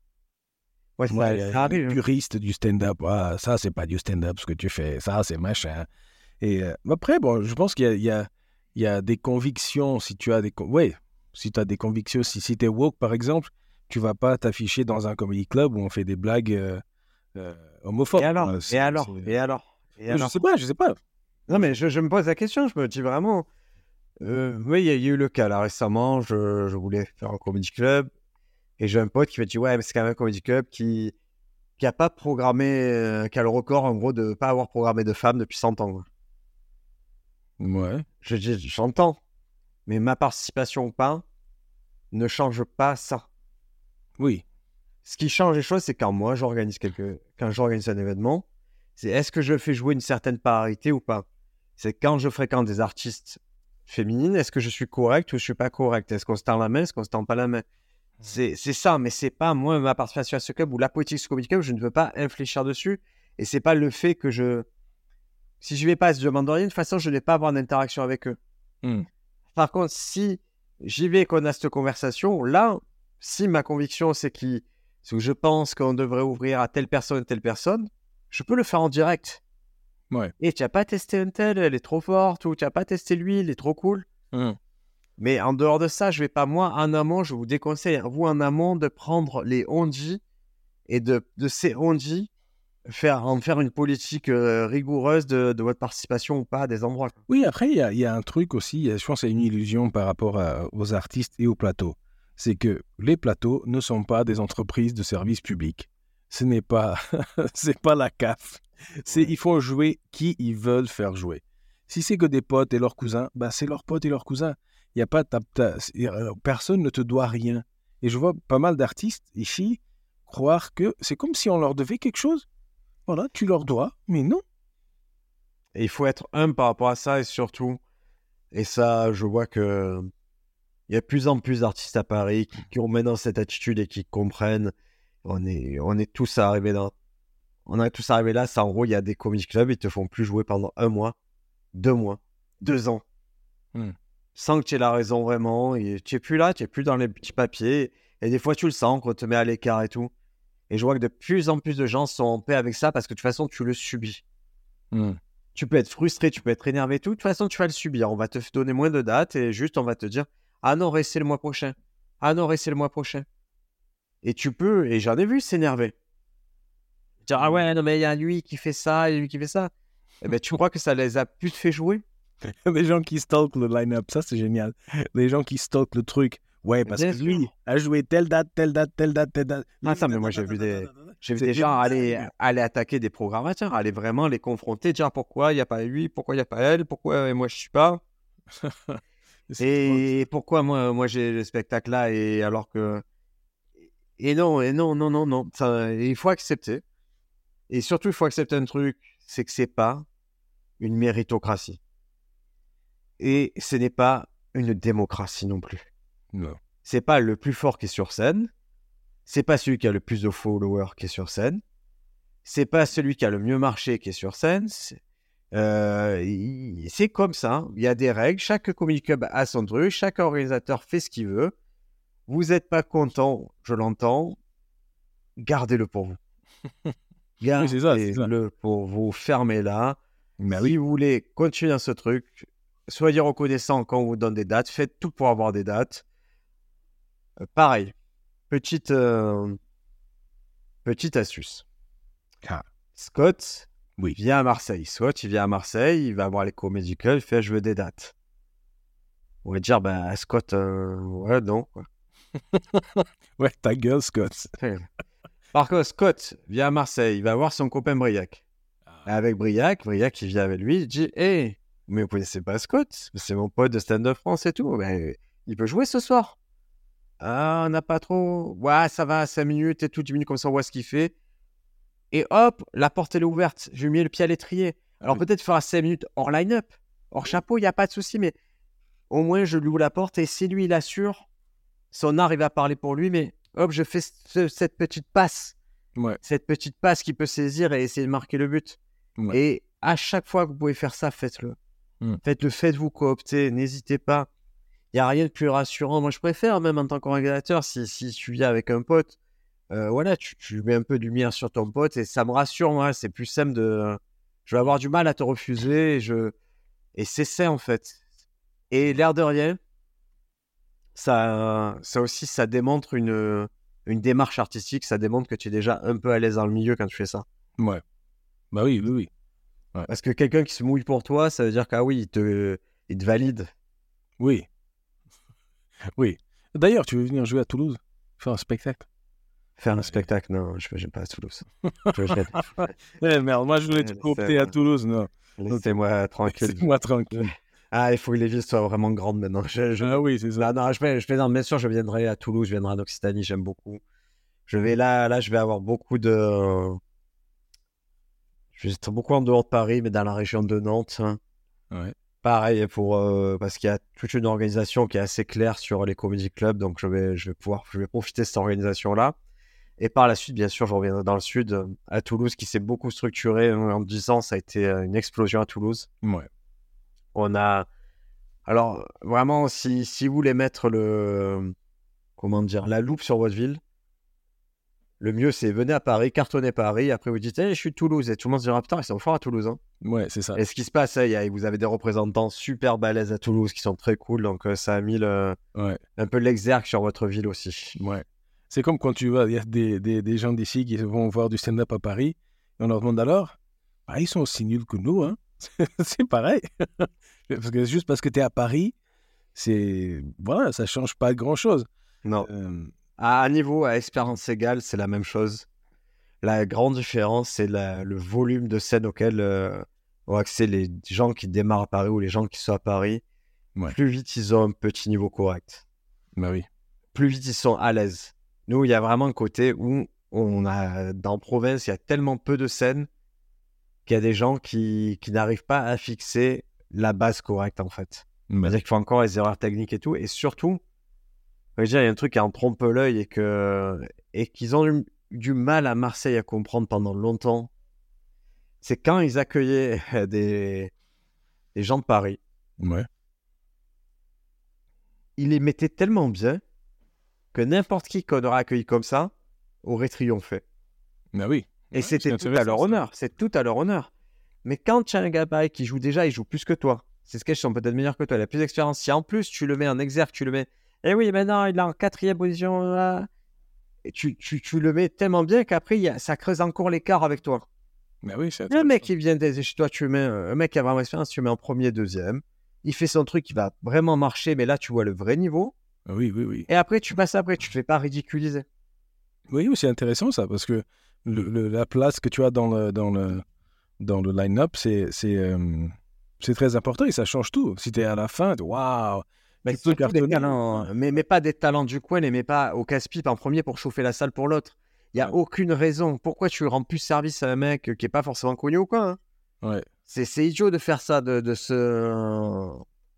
Ouais, ça, Ouais, il y a ça les arrive. hein. puristes du stand-up. Ah, ça, c'est pas du stand-up ce que tu fais. Ça, c'est machin. Et euh, après, bon, je pense qu'il y a, il y a, il y a des convictions. Si tu as des, con- ouais, si tu as des convictions, si, si tu es woke, par exemple, tu vas pas t'afficher dans un comedy club où on fait des blagues euh, euh, homophobes. Et alors Euh, Et c'est- alors c'est- Et alors Et Je alors sais pas, je sais pas. Non, mais je, je me pose la question, je me dis vraiment. euh, oui, il y, a il y a eu le cas là récemment. Je, je voulais faire un comedy club et j'ai un pote qui m'a dit ouais, mais c'est quand même un comedy club qui qui a pas programmé, euh, qui a le record en gros de pas avoir programmé de femmes depuis cent ans. quoi. Ouais. Je dis j'entends, mais ma participation ou pas ne change pas ça. Oui. Ce qui change les choses, c'est quand moi j'organise quelque, quand j'organise un événement, c'est est-ce que je fais jouer une certaine parité ou pas. C'est quand je fréquente des artistes féminines, est-ce que je suis correct ou je suis pas correct. Est-ce qu'on se tend la main, est-ce qu'on se tend pas la main. C'est, c'est ça, mais c'est pas moi ma participation à ce club ou la politique de ce comedy club, je ne veux pas infléchir dessus. Et c'est pas le fait que je, si je vais pas, je demande rien, de toute façon je n'ai pas à avoir d'interaction avec eux. Hmm. Par contre, si j'y vais et qu'on a cette conversation, là, si ma conviction c'est qu'il c'est que je pense qu'on devrait ouvrir à telle personne, telle personne, je peux le faire en direct. Ouais. Et tu n'as pas testé un tel, elle est trop forte, ou tu n'as pas testé lui, il est trop cool. Hmm. Mais en dehors de ça, je vais pas, moi, en amont, je vous déconseille, vous en amont, de prendre les on-dit et de, de ces on-dit, faire, en faire une politique euh, rigoureuse de, de votre participation ou pas à des endroits. quoi. Oui, après, il y a, il y a un truc aussi, je pense qu'il y a une illusion par rapport à- aux artistes et aux plateaux. C'est que les plateaux ne sont pas des entreprises de services publics. ce n'est pas, c'est pas la C A F. C'est, ils font jouer qui ils veulent faire jouer. Si c'est que des potes et leurs cousins, bah c'est leurs potes et leurs cousins. Il y a pas, t'as- t'as- c'est- euh, personne ne te doit rien. Et je vois pas mal d'artistes ici croire que c'est comme si on leur devait quelque chose. Voilà, tu leur dois, mais non. Et il faut être humble par rapport à ça et surtout, et ça, je vois que il y a de plus en plus d'artistes à Paris qui, qui ont maintenant cette attitude et qui comprennent. On est, on est tous arrivés dans, on est tous arrivés là. Ça, en gros, il y a des comedy clubs, ils te font plus jouer pendant un mois, deux mois, deux ans, Hmm. sans que tu aies la raison vraiment. Et tu es plus là, tu es plus dans les petits papiers. Et des fois, tu le sens qu'on te met à l'écart et tout. Et je vois que de plus en plus de gens sont en paix avec ça parce que de toute façon, tu le subis. Hmm. Tu peux être frustré, tu peux être énervé et tout. De toute façon, tu vas le subir. On va te donner moins de dates et juste, on va te dire ah non, restez le mois prochain. Ah non, restez le mois prochain. Et tu peux, et j'en ai vu s'énerver. Dire ah ouais, non, mais il y a lui qui fait ça et lui qui fait ça. Eh ben, tu crois que ça les a plus fait jouer? Des gens qui stalkent le line-up, ça c'est génial. Des gens qui stalkent le truc. Ouais, parce Bien que sûr. lui a joué telle date, telle date, telle date, telle date. Ah, ça, mais moi, j'ai vu des, j'ai vu C'est des gens aller, dingue. aller attaquer des programmateurs, aller vraiment les confronter, dire pourquoi il n'y a pas lui, pourquoi il n'y a pas elle, pourquoi euh, moi je suis pas. C'est trop- Et pourquoi moi, moi j'ai le spectacle là et alors que. Et non, et non, non, non, non. Ça, il faut accepter. Et surtout, il faut accepter un truc, c'est que c'est pas une méritocratie. Et ce n'est pas une démocratie non plus. Non. C'est pas le plus fort qui est sur scène. C'est pas celui qui a le plus de followers qui est sur scène. C'est pas celui qui a le mieux marché qui est sur scène. C'est, euh, il- c'est comme ça. Il y a des règles. Chaque comedy club a son truc. Chaque organisateur fait ce qu'il veut. Vous n'êtes pas content, je l'entends. Gardez-le pour vous. Oui, c'est ça, c'est ça. Gardez-le pour vous. Fermez-la. Mais si oui. vous voulez continuer dans ce truc, soyez reconnaissant quand on vous donne des dates. Faites tout pour avoir des dates. Euh, pareil. Petite, euh, petite astuce. Ah, Scott oui. vient à Marseille. Scott, il vient à Marseille, il va voir les comédie clubs, il fait « je veux des dates ». On va dire « ben Scott, euh, ouais, non. quoi. Ouais, ta gueule, Scott. » Par contre, Scott vient à Marseille, il va voir son copain Briac. Ah. Avec Briac, Briac, il vient avec lui, il dit « hé, mais vous connaissez pas Scott? C'est mon pote de Stand-Up France et tout. Ben, il peut jouer ce soir. » Ah, on n'a pas trop. Ouais, ça va, cinq minutes et tout, dix minutes comme ça, on voit ce qu'il fait. Et hop, la porte elle est ouverte. Je lui ai mis le pied à l'étrier. Alors Oui. peut-être il fera cinq minutes hors line-up, hors chapeau, il n'y a pas de souci, mais au moins je lui ouvre la porte et si lui il assure, son art il va parler pour lui, mais hop, je fais ce- cette petite passe. Ouais. Cette petite passe qui peut saisir et essayer de marquer le but. Ouais. Et à chaque fois que vous pouvez faire ça, faites-le. Mm. Faites-le, faites-vous coopter, n'hésitez pas. Il n'y a rien de plus rassurant. Moi, je préfère, même en tant qu'organisateur, si, si tu viens avec un pote, euh, voilà, tu, tu mets un peu de lumière sur ton pote et ça me rassure, moi. C'est plus simple de. Je vais avoir du mal à te refuser et, je... et c'est ça, en fait. Et l'air de rien, ça, ça aussi, ça démontre une, une démarche artistique. Ça démontre que tu es déjà un peu à l'aise dans le milieu quand tu fais ça. Ouais. Bah oui, oui, oui. Parce que quelqu'un qui se mouille pour toi, ça veut dire que, ah oui, il te, il te valide. Oui. Oui. D'ailleurs, tu veux venir jouer à Toulouse? Faire un spectacle? Faire un Ouais. spectacle, non, je n'aime pas à Toulouse. Je- je- Eh merde, moi je voulais te Laissez- coopter à Toulouse, non. Laissez-moi tranquille. Laissez-moi tranquille. Ah, il faut que les villes soient vraiment grandes maintenant. Je, je... Ah oui, c'est ça. Non, non, je, plais- je plaisante. Bien sûr, je viendrai à Toulouse, je viendrai en Occitanie, j'aime beaucoup. Je vais là, là, je vais avoir beaucoup de. Je vais être beaucoup en dehors de Paris, mais dans la région de Nantes. hein. Ouais. Pareil, pour, euh, parce qu'il y a toute une organisation qui est assez claire sur les comedy clubs, donc je vais, je vais pouvoir, je vais profiter de cette organisation-là. Et par la suite, bien sûr, je reviendrai dans le sud, euh, à Toulouse, qui s'est beaucoup structuré. En dix ans, ça a été euh, une explosion à Toulouse. Ouais. On a. Alors, vraiment, si, si vous voulez mettre le. Comment dire, la loupe sur votre ville, le mieux, c'est venez à Paris, cartonnez Paris, après vous dites, hey, je suis de Toulouse. Et tout le monde se dira, putain, ils sont forts à Toulouse. Hein. Ouais, c'est ça. Et ce qui se passe, hein, il y a- vous avez des représentants super balèzes à Toulouse qui sont très cool. Donc, euh, ça a mis le, Ouais. un peu l'exergue sur votre ville aussi. Ouais. C'est comme quand tu vois, il y a des, des, des gens d'ici qui vont voir du stand-up à Paris, et on leur demande alors, bah, ils sont aussi nuls que nous, hein. C'est pareil. Parce que juste parce que tu es à Paris, c'est. Voilà, ça change pas grand-chose. Non. Euh, À, à niveau, à expérience égale, c'est la même chose. la grande différence, c'est la- le volume de scènes auquel euh, ont accès les gens qui démarrent à Paris ou les gens qui sont à Paris. Ouais. Plus vite ils ont un petit niveau correct. Bah oui. Plus vite ils sont à l'aise. Nous, il y a vraiment un côté où on a, dans province, il y a tellement peu de scènes qu'il y a des gens qui, qui n'arrivent pas à fixer la base correcte, en fait. Bah, C'est-à-dire qu'il faut encore les erreurs techniques et tout. Et surtout, je veux dire, il y a un truc qui en trompe l'œil et, que, et qu'ils ont eu du mal à Marseille à comprendre pendant longtemps. C'est quand ils accueillaient des, des gens de Paris, ouais. ils les mettaient tellement bien que n'importe qui qu'on aurait accueilli comme ça aurait triomphé. Bah oui. Et Ouais, c'était c'est tout à intéressant, leur ça. honneur. C'est tout à leur honneur. Mais quand tu as un gars pareil qui joue déjà, il joue plus que toi. Ces sketchs sont peut-être meilleurs que toi. Il a plus d'expérience. Si en plus tu le mets en exergue, tu le mets. Eh oui, maintenant il est en quatrième position. Là. Et tu, tu, tu le mets tellement bien qu'après, il y a- ça creuse encore l'écart avec toi. Bah oui, c'est Le intéressant. mec qui vient d'aider chez toi, tu le mets. Un mec qui a vraiment d'expérience, tu le mets en premier, deuxième. Il fait son truc, il va vraiment marcher, mais là, tu vois le vrai niveau. Ah oui, oui, oui. Et après, tu passes après. Tu te fais pas ridiculiser. Oui, oui, c'est intéressant ça, parce que le, le- la place que tu as dans le, dans le, dans le line-up, c'est, c'est, euh, c'est très important et ça change tout. Si tu es à la fin, tu- waouh, Mais tu peux surtout des cartonner. talents, hein. mais, mais pas des talents du coin, les mets pas au casse-pipe en premier pour chauffer la salle pour l'autre. Il n'y a Ouais. aucune raison. Pourquoi tu rends plus service à un mec qui est pas forcément connu ou quoi, hein. Ouais. C'est, c'est idiot de faire ça, de, de se...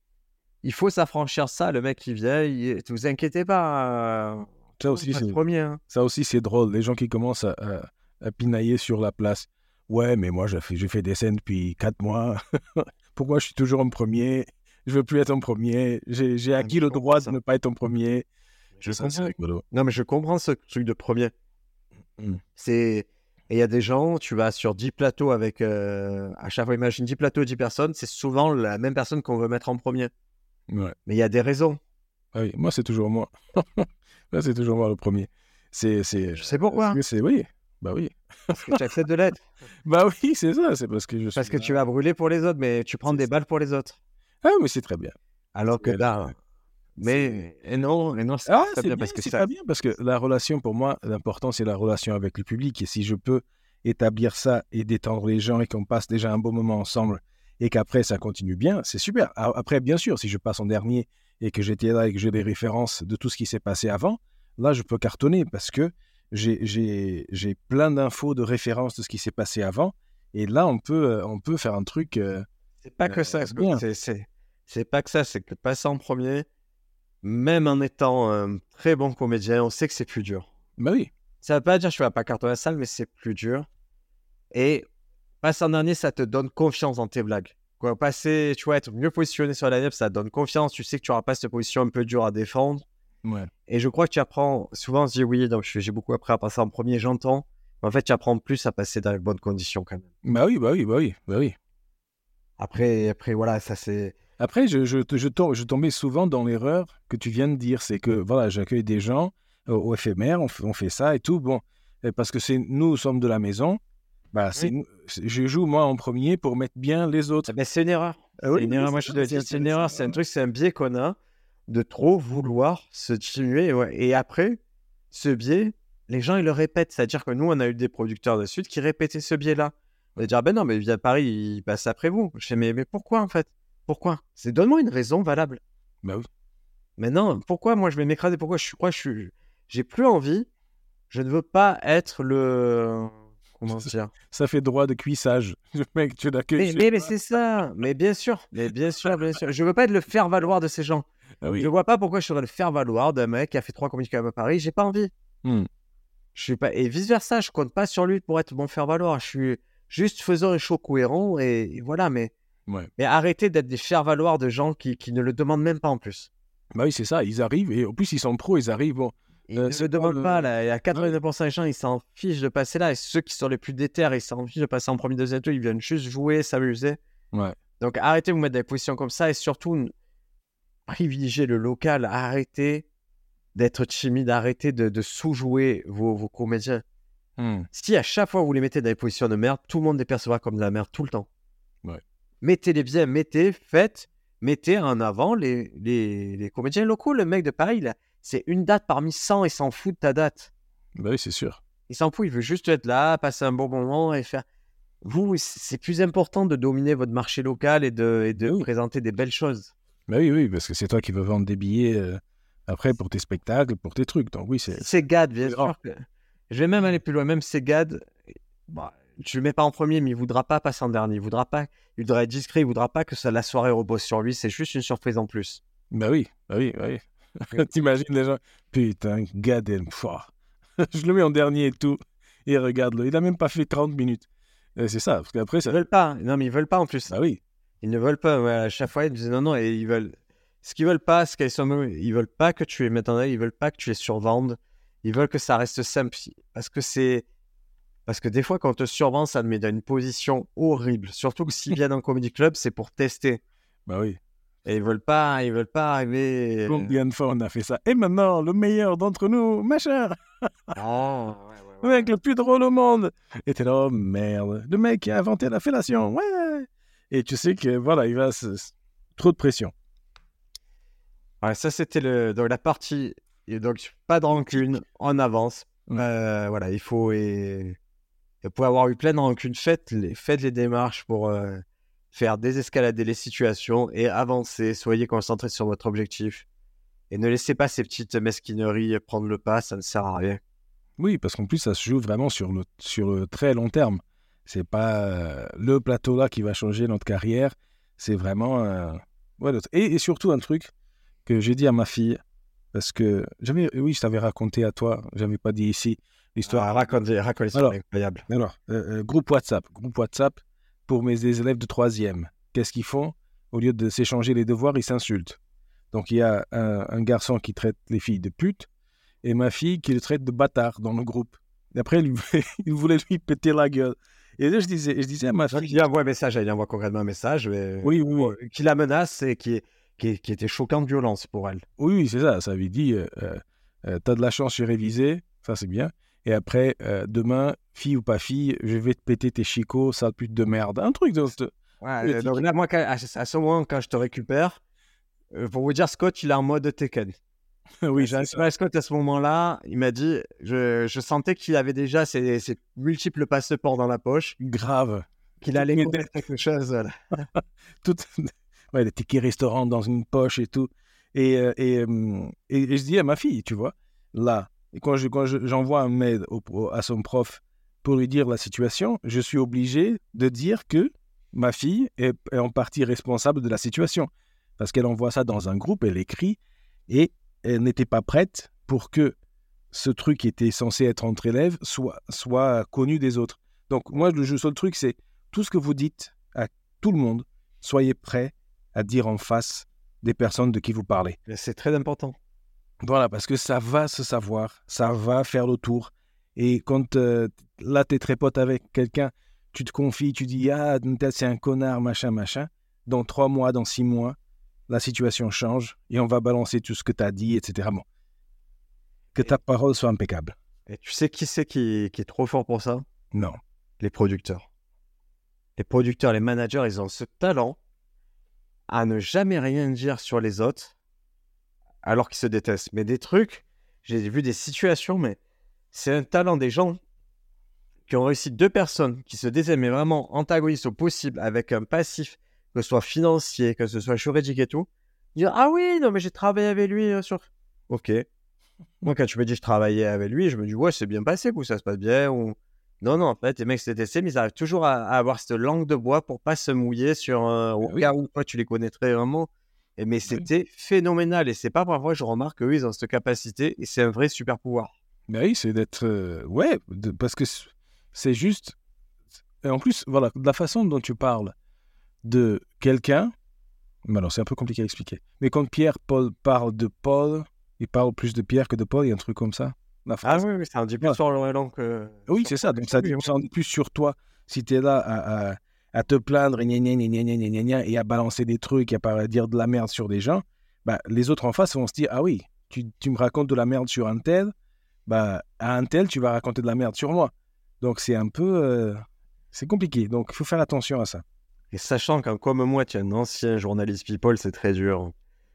Il faut s'affranchir ça, le mec qui vient, il... vous inquiétez pas. euh, Ça aussi, pas le c'est, premier, hein. ça aussi, c'est drôle. Les gens qui commencent à, à, à pinailler sur la place. Ouais, mais moi, j'ai fait, j'ai fait des scènes depuis quatre mois. Pourquoi je suis toujours en premier? Je veux plus être en premier. J'ai, j'ai Ah, acquis mais je le comprends droit de ça. ne pas être en premier. Je Ça, c'est comprends. rigolo. Non, mais je comprends ce truc de premier. Mm. C'est... Et il y a des gens, tu vas sur dix plateaux avec... euh, À chaque fois, imagine dix plateaux, dix personnes, c'est souvent la même personne qu'on veut mettre en premier. Ouais. Mais il y a des raisons. Ah oui, moi, c'est toujours moi. Là, c'est toujours moi le premier. C'est, c'est, Je sais pourquoi. parce que c'est, oui. Bah oui. Parce que tu acceptes de l'être. Bah oui, c'est ça. C'est parce que je suis Parce que là. tu vas brûler pour les autres, mais tu prends C'est des ça. balles pour les autres. Ah, mais c'est très bien. Alors que C'est- là... Mais... Et non, et non, c'est Ah, très c'est bien bien, parce que c'est ça... pas bien parce que la relation, pour moi, l'important, c'est la relation avec le public. Et si je peux établir ça et détendre les gens et qu'on passe déjà un bon moment ensemble et qu'après, ça continue bien, c'est super. A- Après, bien sûr, si je passe en dernier et que j'étais là et que j'ai des références de tout ce qui s'est passé avant, là, je peux cartonner parce que j'ai, j'ai, j'ai plein d'infos, de références de ce qui s'est passé avant. Et là, on peut, euh, on peut faire un truc euh, C'est pas que euh, ça. bien. C'est, c'est... c'est pas que ça, c'est que passer en premier, même en étant un très bon comédien, on sait que c'est plus dur. Bah oui. Ça veut pas dire que tu vas pas cartonner la salle, mais c'est plus dur. Et passer en dernier, ça te donne confiance dans tes blagues. Quoi, passer, tu vois, être mieux positionné sur la line-up, ça te donne confiance. Tu sais que tu n'auras pas cette position un peu dure à défendre. Ouais. Et je crois que tu apprends, souvent on se dit oui, donc j'ai beaucoup appris à passer en premier, j'entends. Mais en fait, tu apprends plus à passer dans les bonnes conditions quand même. Bah oui, bah oui, bah oui, bah oui. Après, après voilà, ça c'est... Après, je, je, je, tom- je tombais souvent dans l'erreur que tu viens de dire. C'est que, voilà, j'accueille des gens au, au éphémère, on, f- on fait ça et tout. Bon, et parce que c'est nous sommes de la maison, bah, c'est, Oui. nous- c'est- je joue moi en premier pour mettre bien les autres. Eh ben, c'est une erreur. Ah oui, C'est une oui, erreur, c'est moi ça, je te le c'est dis, c'est une erreur, intéressant. c'est un truc, c'est un biais qu'on a de trop vouloir se diminuer. Ouais. Et après, ce biais, les gens ils le répètent. C'est-à-dire que nous, on a eu des producteurs de suite qui répétaient ce biais-là. On va dire, ben non, mais il vient de Paris, il passe après vous. Je fais, mais, mais pourquoi en fait? Pourquoi? C'est donne-moi une raison valable. Bah oui. Mais non, pourquoi moi je vais m'écraser? Pourquoi je suis quoi? Je suis, j'ai plus envie. Je ne veux pas être le. Comment dire? Ça fait droit de cuissage. Le mec, tu l'accueilles. Mais, chez mais, mais toi. c'est ça. Mais bien sûr. Mais bien sûr, bien sûr. Je veux pas être le faire-valoir de ces gens. Ah oui. Je vois pas pourquoi je serais le faire-valoir d'un mec qui a fait trois comédies à Paris. J'ai pas envie. Hmm. Je suis pas. Et vice-versa, je compte pas sur lui pour être mon faire-valoir. Je suis juste faisant un show cohérent et, et voilà. Mais, Ouais. mais arrêtez d'être des faire-valoir de gens qui, qui ne le demandent même pas en plus. Bah oui, c'est ça. Ils arrivent et en plus, ils sont pros, ils arrivent. Bon, Ils Euh, ne c'est le pas demandent le- pas, là. Il y a quatre-vingt-dix pour cent des gens, ils s'en fichent de passer là. Et ceux qui sont les plus déter, ils s'en fichent de passer en premier, deuxième tour. Ils viennent juste jouer, s'amuser. ouais. Donc arrêtez de vous mettre dans des positions comme ça. Et surtout, n- privilégiez le local. Arrêtez d'être timide. Arrêtez de, de sous-jouer vos, vos comédiens. Hmm. Si à chaque fois vous les mettez dans des positions de merde, tout le monde les percevra comme de la merde tout le temps. Ouais. Mettez-les bien, mettez, faites, mettez en avant les, les, les comédiens locaux. Le mec de Paris, là, c'est une date parmi cent, il s'en fout de ta date. Bah oui, c'est sûr. Il s'en fout, il veut juste être là, passer un bon moment et faire. Vous, c'est plus important de dominer votre marché local et de, et de Oui. présenter des belles choses. Bah oui, oui, parce que c'est toi qui veux vendre des billets euh, après pour tes spectacles, pour tes trucs. Donc oui, c'est... Ségad, bien c'est sûr. rare. Que... Je vais même aller plus loin. Même Ségad, bah, tu le mets pas en premier, mais il voudra pas passer en dernier. Il voudra pas. Il voudra être discret. Il voudra pas que ça, la soirée repose sur lui. C'est juste une surprise en plus. Bah oui, bah oui, bah oui. Oui. T'imagines les gens, putain, Gad El- Pouah. Je le mets en dernier et tout. Et regarde-le, il a même pas fait trente minutes. Et c'est ça, parce qu'après, Ils ça... veulent pas. Non, mais ils veulent pas en plus. Bah oui, Ils ne veulent pas. Ouais, à chaque fois, ils disent non, non. Et ils veulent. Ce qu'ils veulent pas, ce qu'ils sont. Ils veulent pas que tu les mettes en avant. Ils veulent pas que tu les survendes. Ils veulent que ça reste simple. Parce que c'est. Parce que des fois, quand on te survend, ça te met dans une position horrible. Surtout que s'ils viennent en comedy club, c'est pour tester. bah oui. Et ils veulent pas, ils veulent pas arriver. Combien de fois on a fait ça? Et maintenant, le meilleur d'entre nous, machin, Ah, ouais, ouais, le ouais. mec le plus drôle au monde. Et t'es là, oh merde, le mec qui a inventé la fellation, ouais. Et tu sais que, voilà, il va se... Trop de pression. Ouais, ça, c'était le, donc, la partie. Et donc, pas de rancune, en avance. Ouais. Euh, voilà, il faut. Et, et pour avoir eu plein de rancune, faites les, faites les démarches pour euh, faire désescalader les situations et avancer. Soyez concentrés sur votre objectif. Et ne laissez pas ces petites mesquineries prendre le pas, ça ne sert à rien. Oui, parce qu'en plus, ça se joue vraiment sur le, sur le très long terme. C'est pas euh, le plateau là qui va changer notre carrière. C'est vraiment. euh, ouais, le- et, et surtout, un truc que j'ai dit à ma fille, parce que j'avais, oui, je t'avais raconté à toi, j'avais pas dit ici l'histoire. Ah, racontez, racontez, c'est Alors, incroyable. Alors, euh, euh, groupe WhatsApp, groupe WhatsApp pour mes élèves de troisième. Qu'est-ce qu'ils font? Au lieu de s'échanger les devoirs, ils s'insultent. Donc, il y a un, un garçon qui traite les filles de putes et ma fille qui le traite de bâtard dans le groupe. Et après, il, il voulait lui péter la gueule. Et là, je disais, je disais à ma Donc, fille... il envoie un message, il envoie concrètement un message mais... Oui, oui, oui. euh, qui la menace et qui, est, qui, est- qui était choquant de violence pour elle. Oui, oui, c'est ça. Ça lui dit, euh, euh, t'as de la chance, j'ai révisé. Ça, c'est bien. Et après, euh, demain, fille ou pas fille, je vais te péter tes chicots, sale pute de merde. Un truc de... de- Ouais, Le euh, donc tic. là, moi, quand- à, à ce moment, quand je te récupère, euh, pour vous dire, Scott, il est en mode Tekken. Oui, J'ai c'est ça. récupéré Scott à ce moment-là, il m'a dit, je, je sentais qu'il avait déjà ses, ses multiples passeports dans la poche, Grave. qu'il Toutes allait mes commettre quelque chose. Voilà. tout, ouais, les tickets restaurants dans une poche et tout. Et, euh, et, euh, et, et je dis à ma fille, tu vois, là, et quand, je, quand je- j'envoie un mail au- au- à son prof pour lui dire la situation, je suis obligé de dire que ma fille est, est en partie responsable de la situation. Parce qu'elle envoie ça dans un groupe, elle écrit, et elle n'était pas prête pour que ce truc qui était censé être entre élèves soit, soit connu des autres. Donc moi, le le seul truc, c'est tout ce que vous dites à tout le monde, soyez prêts à dire en face des personnes de qui vous parlez. Mais c'est très important. Voilà, parce que ça va se savoir, ça va faire le tour. Et quand euh, là, tu es très pote avec quelqu'un, tu te confies, tu dis « Ah, tel, c'est un connard, machin, machin ». Dans trois mois, dans six mois, la situation change et on va balancer tout ce que tu as dit, et cetera. Bon. Que ta parole soit impeccable. Et tu sais qui c'est qui, qui est trop fort pour ça? Non. Les producteurs. Les producteurs, les managers, ils ont ce talent à ne jamais rien dire sur les autres alors qu'ils se détestent. Mais des trucs, j'ai vu des situations, mais c'est un talent des gens qui ont réussi deux personnes qui se détestent, mais vraiment antagonistes au possible, avec un passif, que ce soit financier, que ce soit juridique et tout. Dire ah oui, non, mais j'ai travaillé avec lui euh, sur. Ok. Moi, quand tu me dis je travaillais avec lui, je me dis ouais, c'est bien passé, ou ça se passe bien, ou. Non, non, en fait, les mecs se détestent, mais ils arrivent toujours à, à avoir cette langue de bois pour pas se mouiller sur un. Au oui. cas où toi, tu les connaîtrais vraiment. Et, mais c'était phénoménal. Et c'est pas parfois, je remarque qu'eux, ils ont cette capacité et c'est un vrai super pouvoir. Mais oui, c'est d'être... euh, ouais, de- parce que c- c'est juste... Et en plus, voilà, de la façon dont tu parles de quelqu'un... Mais alors, c'est un peu compliqué à expliquer. Mais quand Pierre Paul parle de Paul, il parle plus de Pierre que de Paul, il y a un truc comme ça. La Ah phrase. oui, oui, ça en dit plus Voilà. sur le langue que. Oui, sur c'est ça. toi Donc, que ça, lui, dit, ouais. ça en dit plus sur toi si tu es là à, à, à te plaindre gna, gna, gna, gna, gna, gna, gna, gna, et à balancer des trucs, et à par- dire de la merde sur des gens. Bah, les autres en face vont se dire, ah oui, tu, tu me racontes de la merde sur un tel, bah, à un tel, tu vas raconter de la merde sur moi. Donc, c'est un peu... euh, c'est compliqué. Donc, il faut faire attention à ça. Et sachant qu'un comme moi, tu es un ancien journaliste People, c'est très dur.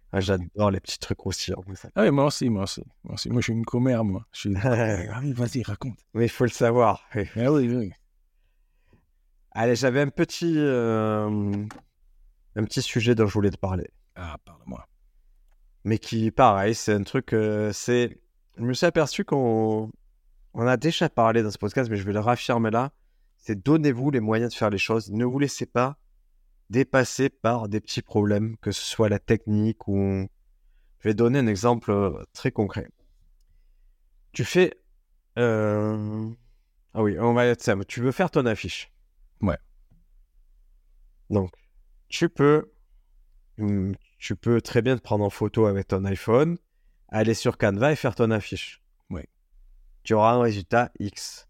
Ah, j'adore les petits trucs croustillants. Ah oui, moi aussi, moi aussi. Moi, aussi. Moi je suis une commère, moi. Je suis... ah oui, vas-y, raconte. Mais il faut le savoir. Ah oui, oui. Allez, j'avais un petit, euh, un petit sujet dont je voulais te parler. Ah, parle-moi. Mais qui, pareil, c'est un truc, euh, c'est... Je me suis aperçu qu'on on a déjà parlé dans ce podcast, mais je vais le raffirmer là. C'est donnez-vous les moyens de faire les choses. Ne vous laissez pas dépasser par des petits problèmes, que ce soit la technique ou... Je vais donner un exemple euh, très concret. Tu fais... euh, Ah oui, on va être simple. Tu veux faire ton affiche. Ouais. Donc, tu peux... hum, Tu peux très bien te prendre en photo avec ton iPhone, aller sur Canva et faire ton affiche. Oui. Tu auras un résultat X.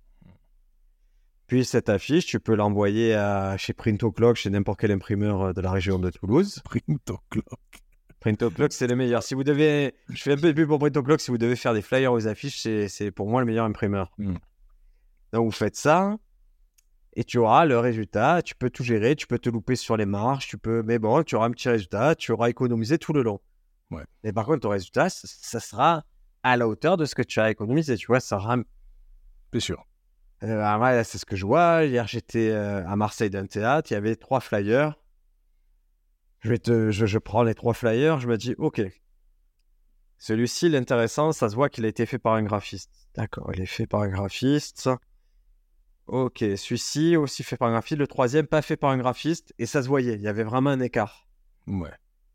Puis cette affiche, tu peux l'envoyer à, chez Printoclock, chez n'importe quel imprimeur euh, de la région de Toulouse. Printoclock. Printoclock, c'est le meilleur. Si vous devez, je fais un peu de pub pour Printoclock, si vous devez faire des flyers aux affiches, c'est, c'est pour moi le meilleur imprimeur. Mm. Donc vous faites ça et tu auras le résultat. Tu peux tout gérer, tu peux te louper sur les marges, tu peux, mais bon, tu auras un petit résultat, tu auras économisé tout le long. Ouais. Et par contre, ton résultat, ça, ça sera à la hauteur de ce que tu as économisé. Tu vois, ça sera. C'est sûr. Euh, ah ouais, c'est ce que je vois. Hier, j'étais euh, à Marseille d'un théâtre. Il y avait trois flyers. Je, vais te, je, je prends les trois flyers. Je me dis, OK. Celui-ci, l'intéressant, ça se voit qu'il a été fait par un graphiste. D'accord, il est fait par un graphiste. OK, celui-ci aussi fait par un graphiste. Le troisième, pas fait par un graphiste. Et ça se voyait. Il y avait vraiment un écart. Ouais.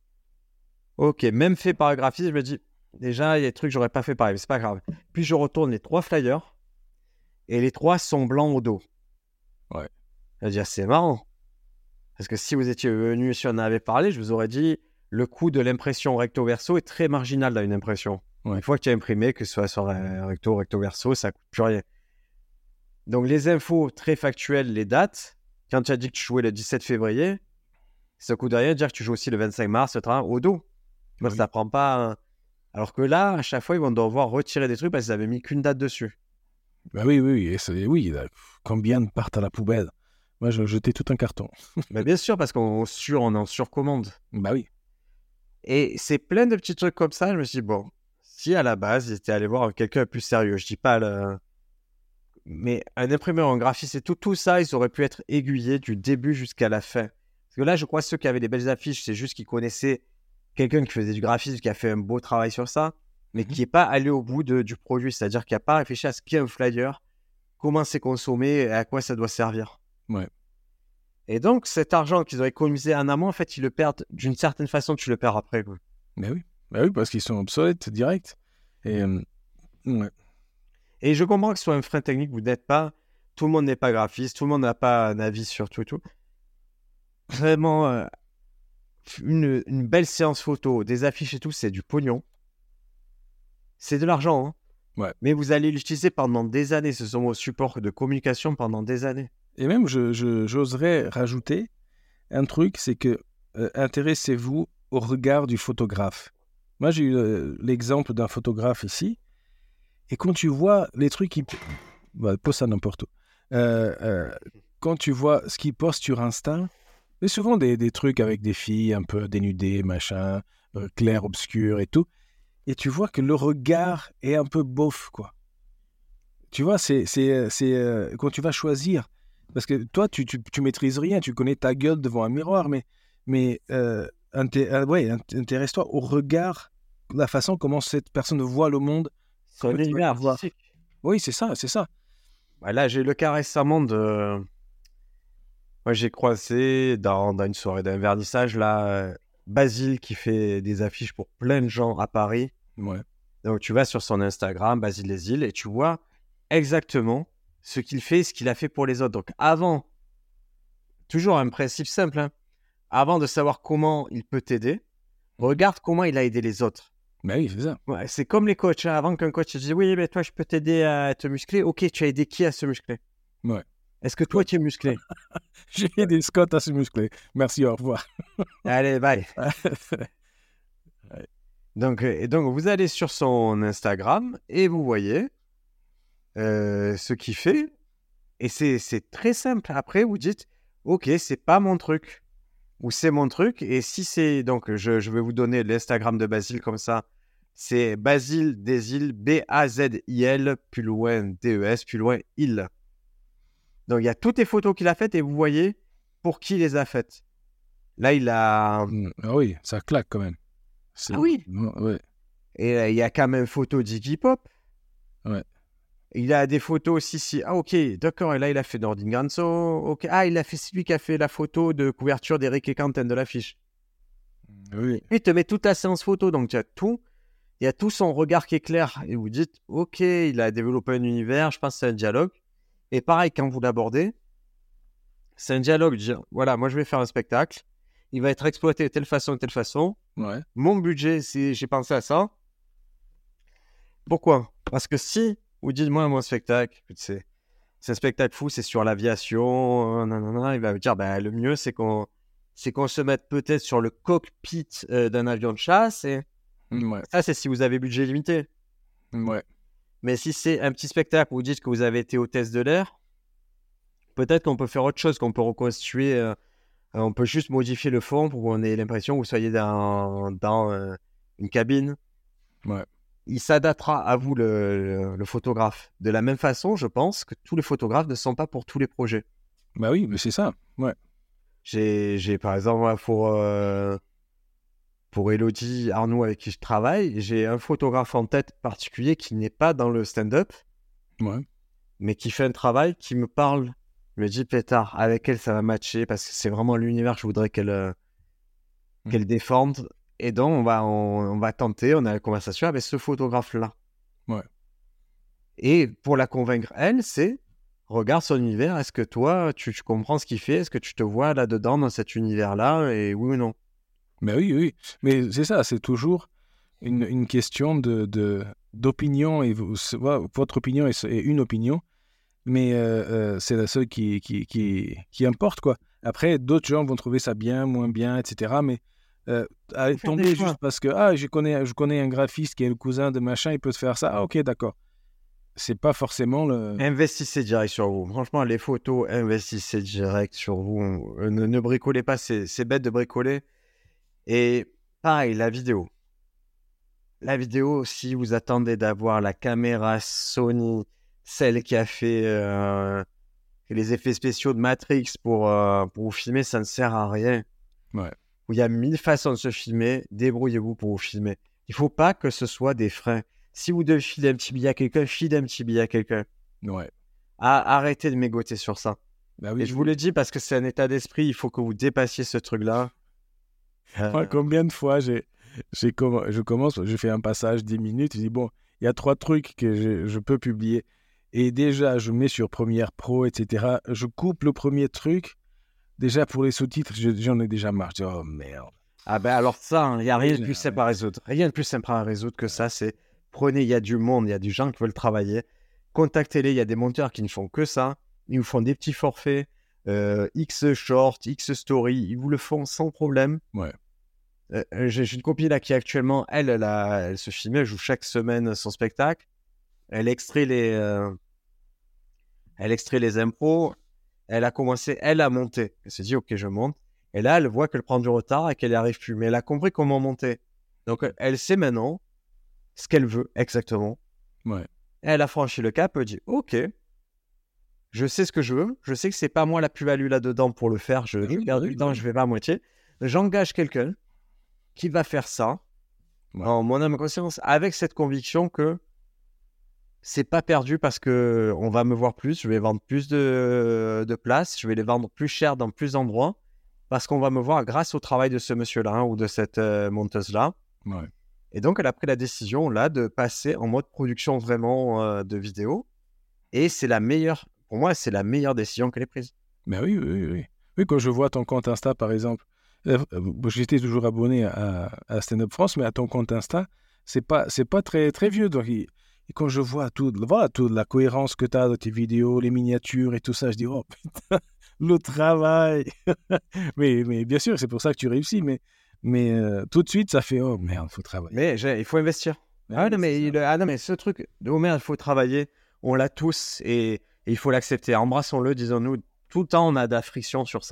OK, même fait par un graphiste, je me dis, déjà, il y a des trucs que j'aurais pas fait pareil, mais c'est pas grave. Puis je retourne les trois flyers. Et les trois sont blancs au dos. Ouais. Je veux dire, c'est marrant. Parce que si vous étiez venu, si on en avait parlé, je vous aurais dit, le coût de l'impression recto-verso est très marginal dans une impression. Ouais. Une fois que tu as imprimé, que ce soit sur recto, recto-verso, ça ne coûte plus rien. Donc les infos très factuelles, les dates, quand tu as dit que tu jouais le dix-sept février, ça ne coûte rien de dire que tu joues aussi le vingt-cinq mars, au dos. Oui. Ça prend pas... Un... Alors que là, à chaque fois, ils vont devoir retirer des trucs parce qu'ils n'avaient mis qu'une date dessus. Bah oui, oui, et c'est, oui, là, combien partent à la poubelle? Moi, je jetais tout un carton. Mais bien sûr, parce qu'on sur, on est en surcommande. Bah oui. Et c'est plein de petits trucs comme ça. Je me suis dit, bon, si à la base, ils étaient allés voir quelqu'un de plus sérieux, je dis pas le... Mais un imprimeur, un graphiste et tout, tout ça, ils auraient pu être aiguillés du début jusqu'à la fin. Parce que là, je crois que ceux qui avaient des belles affiches, c'est juste qu'ils connaissaient quelqu'un qui faisait du graphisme, qui a fait un beau travail sur ça, mais qui n'est pas allé au bout de, du produit. C'est-à-dire qui n'a pas réfléchi à ce qu'est un flyer, comment c'est consommé et à quoi ça doit servir. Ouais. Et donc, cet argent qu'ils ont économisé en amont, en fait, ils le perdent d'une certaine façon, tu le perds après. Quoi. Mais oui. Bah oui, parce qu'ils sont obsolètes direct. Et, euh, ouais. Et je comprends que ce soit un frein technique, vous n'êtes pas, tout le monde n'est pas graphiste, tout le monde n'a pas un avis sur tout et tout. Vraiment, euh, une, une belle séance photo, des affiches et tout, c'est du pognon. C'est de l'argent, hein. Ouais. Mais vous allez l'utiliser pendant des années. Ce sont vos supports de communication pendant des années. Et même, je, je, j'oserais rajouter un truc, c'est que euh, intéressez-vous au regard du photographe. Moi, j'ai eu euh, l'exemple d'un photographe ici, et quand tu vois les trucs qui... Bah, pose ça n'importe où. Euh, euh, quand tu vois ce qu'il poste sur Insta, c'est souvent des, des trucs avec des filles un peu dénudées, machin, euh, clair, obscur et tout, et tu vois que le regard est un peu bof, quoi. Tu vois, c'est, c'est, c'est euh, quand tu vas choisir, parce que toi, tu, tu, tu maîtrises rien, tu connais ta gueule devant un miroir, mais, mais euh, inté- euh, ouais, intéresse-toi au regard, la façon comment cette personne voit le monde. C'est un univers artistique. Oui, c'est ça, c'est ça. Bah là, j'ai eu le cas récemment de... Moi, j'ai croisé dans, dans une soirée d'un vernissage, là, euh, Basile qui fait des affiches pour plein de gens à Paris. Ouais. Donc, tu vas sur son Instagram, Basile Les Îles, et tu vois exactement ce qu'il fait et ce qu'il a fait pour les autres. Donc, avant, toujours un principe simple, hein, avant de savoir comment il peut t'aider, regarde comment il a aidé les autres. Ben oui, c'est ça. Ouais, c'est comme les coachs. Hein. Avant qu'un coach te dise « Oui, mais toi, je peux t'aider à te muscler. » Ok, tu as aidé qui à se muscler? Ouais. Est-ce que toi, tu es musclé? J'ai aidé Scott à se muscler. Merci, au revoir. Allez, bye. donc, et donc, vous allez sur son Instagram et vous voyez euh, ce qu'il fait. Et c'est, c'est très simple. Après, vous dites « Ok, c'est pas mon truc. » où c'est mon truc. Et si c'est... Donc, je, je vais vous donner l'Instagram de Basile comme ça. C'est Basile Desil, B A Z I L, plus loin D E S, plus loin il. Donc, il y a toutes les photos qu'il a faites et vous voyez pour qui il les a faites. Là, il a... Mm. Ah oui, ça claque quand même. C'est... Ah oui. Ouais. Et euh, il y a quand même photo d'Iggy Pop. Ouais. Il a des photos aussi, si. Ah, ok, d'accord. Et là, il a fait Nordin Ganso. Ok. Ah, il a fait celui qui a fait la photo de couverture d'Eric et Quentin de l'affiche. Oui. Il te met toute la séance photo. Donc, il y a tout. Il y a tout son regard qui est clair. Et vous dites, ok, il a développé un univers. Je pense que c'est un dialogue. Et pareil, quand vous l'abordez, c'est un dialogue. Dire, voilà, moi, je vais faire un spectacle. Il va être exploité de telle façon, de telle façon. Ouais. Mon budget, c'est... j'ai pensé à ça. Pourquoi ? Parce que si vous dites, moi, mon spectacle, c'est, c'est un spectacle fou, c'est sur l'aviation, euh, nanana, il va vous dire, bah, le mieux, c'est qu'on, c'est qu'on se mette peut-être sur le cockpit euh, d'un avion de chasse. Et Ouais. ça, c'est si vous avez budget limité. Ouais. Mais si c'est un petit spectacle où vous dites que vous avez été hôtesse de l'air, peut-être qu'on peut faire autre chose, qu'on peut reconstituer, euh, on peut juste modifier le fond pour qu'on ait l'impression que vous soyez dans, dans euh, une cabine. Ouais. Il s'adaptera à vous, le, le, le photographe. De la même façon, je pense que tous les photographes ne sont pas pour tous les projets. Bah oui, mais c'est ça. Ouais. J'ai, j'ai par exemple, pour, euh, pour Elodie Arnaud avec qui je travaille, j'ai un photographe en tête particulier qui n'est pas dans le stand-up, Ouais. mais qui fait un travail qui me parle. Je me dis, pétard, avec elle, ça va matcher parce que c'est vraiment l'univers que je voudrais qu'elle, euh, Mm. qu'elle défende. Et donc, on va, on, on va tenter, on a la conversation avec ce photographe-là. Ouais. Et pour la convaincre, elle, c'est regarde son univers. Est-ce que toi, tu, tu comprends ce qu'il fait ? Est-ce que tu te vois là-dedans, dans cet univers-là ? Et oui ou non ? Mais oui, oui. Mais c'est ça, c'est toujours une, une question de, de, d'opinion. Et vous, c'est- voilà, votre opinion est, est une opinion, mais euh, euh, c'est la seule qui, qui, qui, qui importe, quoi. Après, d'autres gens vont trouver ça bien, moins bien, et cetera. Mais euh, aller Faire des tomber choix. juste parce que ah, je connais, je connais un graphiste qui est le cousin de machin, il peut te faire ça. Ah, ok, d'accord. C'est pas forcément le. Investissez direct sur vous. Franchement, les photos, investissez direct sur vous. Euh, Ne, ne bricolez pas, c'est, c'est bête de bricoler. Et pareil, la vidéo. La vidéo, si vous attendez d'avoir la caméra Sony, celle qui a fait euh, les effets spéciaux de Matrix pour, euh, pour vous filmer, ça ne sert à rien. Ouais. Où il y a mille façons de se filmer, débrouillez-vous pour vous filmer. Il ne faut pas que ce soit des freins. Si vous devez filer un petit billet à quelqu'un, filez un petit billet à quelqu'un. Ouais. Ah, arrêtez de mégoter sur ça. Bah oui. Et je vous le dis parce que c'est un état d'esprit, il faut que vous dépassiez ce truc-là. Euh, Moi, combien de fois j'ai, j'ai comm- je commence, je fais un passage dix minutes, je dis bon, il y a trois trucs que je, je peux publier. Et déjà, je mets sur Premiere Pro, et cetera. Je coupe le premier truc. Déjà, pour les sous-titres, je- j'en ai déjà marre. Je dis, oh merde. Ah ben alors ça, il n'y a rien de Ouais, plus simple ouais. à résoudre. Rien de plus simple à résoudre que ça, c'est prenez, il y a du monde, il y a du gens qui veulent travailler. Contactez-les, il y a des monteurs qui ne font que ça. Ils vous font des petits forfaits, euh, X short, X story, ils vous le font sans problème. Ouais. Euh, j'ai, j'ai une copine là qui actuellement, elle, elle, a- elle se filme, elle joue chaque semaine son spectacle. Elle extrait les, euh, elle extrait les impros. Elle a commencé, elle a monté. Elle s'est dit, ok, je monte. Et là, elle voit qu'elle prend du retard et qu'elle n'y arrive plus. Mais elle a compris comment monter. Donc, elle sait maintenant ce qu'elle veut exactement. Ouais. Elle a franchi le cap. Elle dit, ok, je sais ce que je veux. Je sais que c'est pas moi la plus-value là-dedans pour le faire. Je, Ah je oui, perds oui, du temps, oui. je vais pas à moitié. J'engage quelqu'un qui va faire ça Ouais. en mon âme et conscience avec cette conviction que c'est pas perdu parce que on va me voir plus, je vais vendre plus de, de places, je vais les vendre plus cher dans plus d'endroits parce qu'on va me voir grâce au travail de ce monsieur-là hein, ou de cette euh, monteuse-là. Ouais. Et donc, elle a pris la décision là de passer en mode production vraiment euh, de vidéo. Et c'est la meilleure, pour moi, c'est la meilleure décision qu'elle ait prise. Ben oui, oui, oui, oui. Oui, quand je vois ton compte Insta, par exemple, euh, euh, j'étais toujours abonné à, à Stand Up France, mais à ton compte Insta, c'est pas, c'est pas très, très vieux. Donc, il- et quand je vois tout, voilà, toute la cohérence que tu as dans tes vidéos, les miniatures et tout ça, je dis, oh putain, le travail. mais, mais bien sûr, c'est pour ça que tu réussis, mais, mais euh, tout de suite, ça fait, oh merde, il faut travailler. Mais j'ai- il faut investir. Ben Ah oui, non, mais, c'est ça. il- ah non, mais ce truc de oh merde, il faut travailler, on l'a tous et, et il faut l'accepter. Embrassons-le, disons-nous. Tout le temps, on a de la friction sur ça.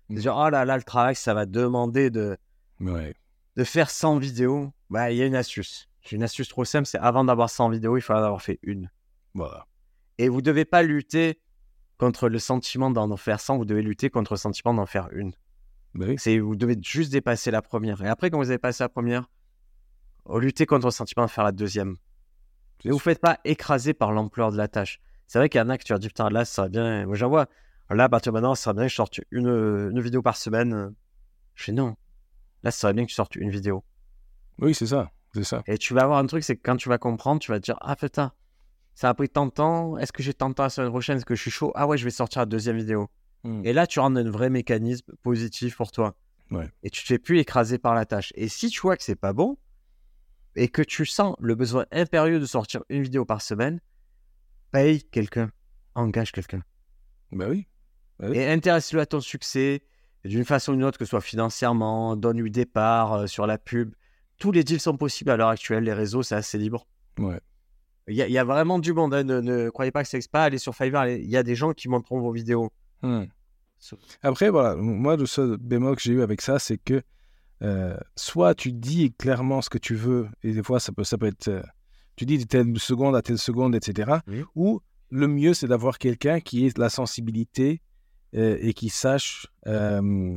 Mm. Dire, oh là là, le travail, ça va demander de, Ouais. de faire cent vidéos. Bah, il y a une astuce. J'ai une astuce trop simple, c'est avant d'avoir cent vidéos, il faut en avoir fait une. Voilà. Et vous ne devez pas lutter contre le sentiment d'en faire cent, vous devez lutter contre le sentiment d'en faire une. Bah oui. C'est, vous devez juste dépasser la première. Et après, quand vous avez passé la première, luttez contre le sentiment de faire la deuxième. C'est Et vous ne sûr. faites pas écraser par l'ampleur de la tâche. C'est vrai qu'il y en a que tu as dit, putain, là, ça serait bien. Moi, j'en vois. Là, à partir de maintenant, ça serait bien que je sorte une, une vidéo par semaine. Je fais non. Là, ça serait bien que tu sortes une vidéo. Oui, c'est ça. C'est ça. Et tu vas avoir un truc, c'est que quand tu vas comprendre, tu vas te dire, ah putain, ça a pris tant de temps. Est-ce que j'ai tant de temps la semaine prochaine? Est-ce que je suis chaud? Ah ouais, je vais sortir la deuxième vidéo. Mm. Et là, tu rentres dans un vrai mécanisme positif pour toi. Ouais. Et tu te fais plus écraser par la tâche. Et si tu vois que c'est pas bon, et que tu sens le besoin impérieux de sortir une vidéo par semaine, paye quelqu'un, engage quelqu'un. Bah oui. Bah oui. Et intéresse-le à ton succès, d'une façon ou d'une autre, que ce soit financièrement, donne-lui des parts euh, sur la pub. Tous les deals sont possibles à l'heure actuelle, les réseaux, c'est assez libre. Ouais. Il y, a- il y a vraiment du monde, hein. ne, ne croyez pas que c'est pas, allez sur Fiverr, allez- il y a des gens qui montreront vos vidéos. Mm. Après, voilà, moi, le seul bémol que j'ai eu avec ça, c'est que euh, soit tu dis clairement ce que tu veux, et des fois, ça peut, ça peut être... euh, tu dis de telle seconde à telle seconde, et cetera. Oui. Ou le mieux, c'est d'avoir quelqu'un qui ait la sensibilité euh, et qui sache euh,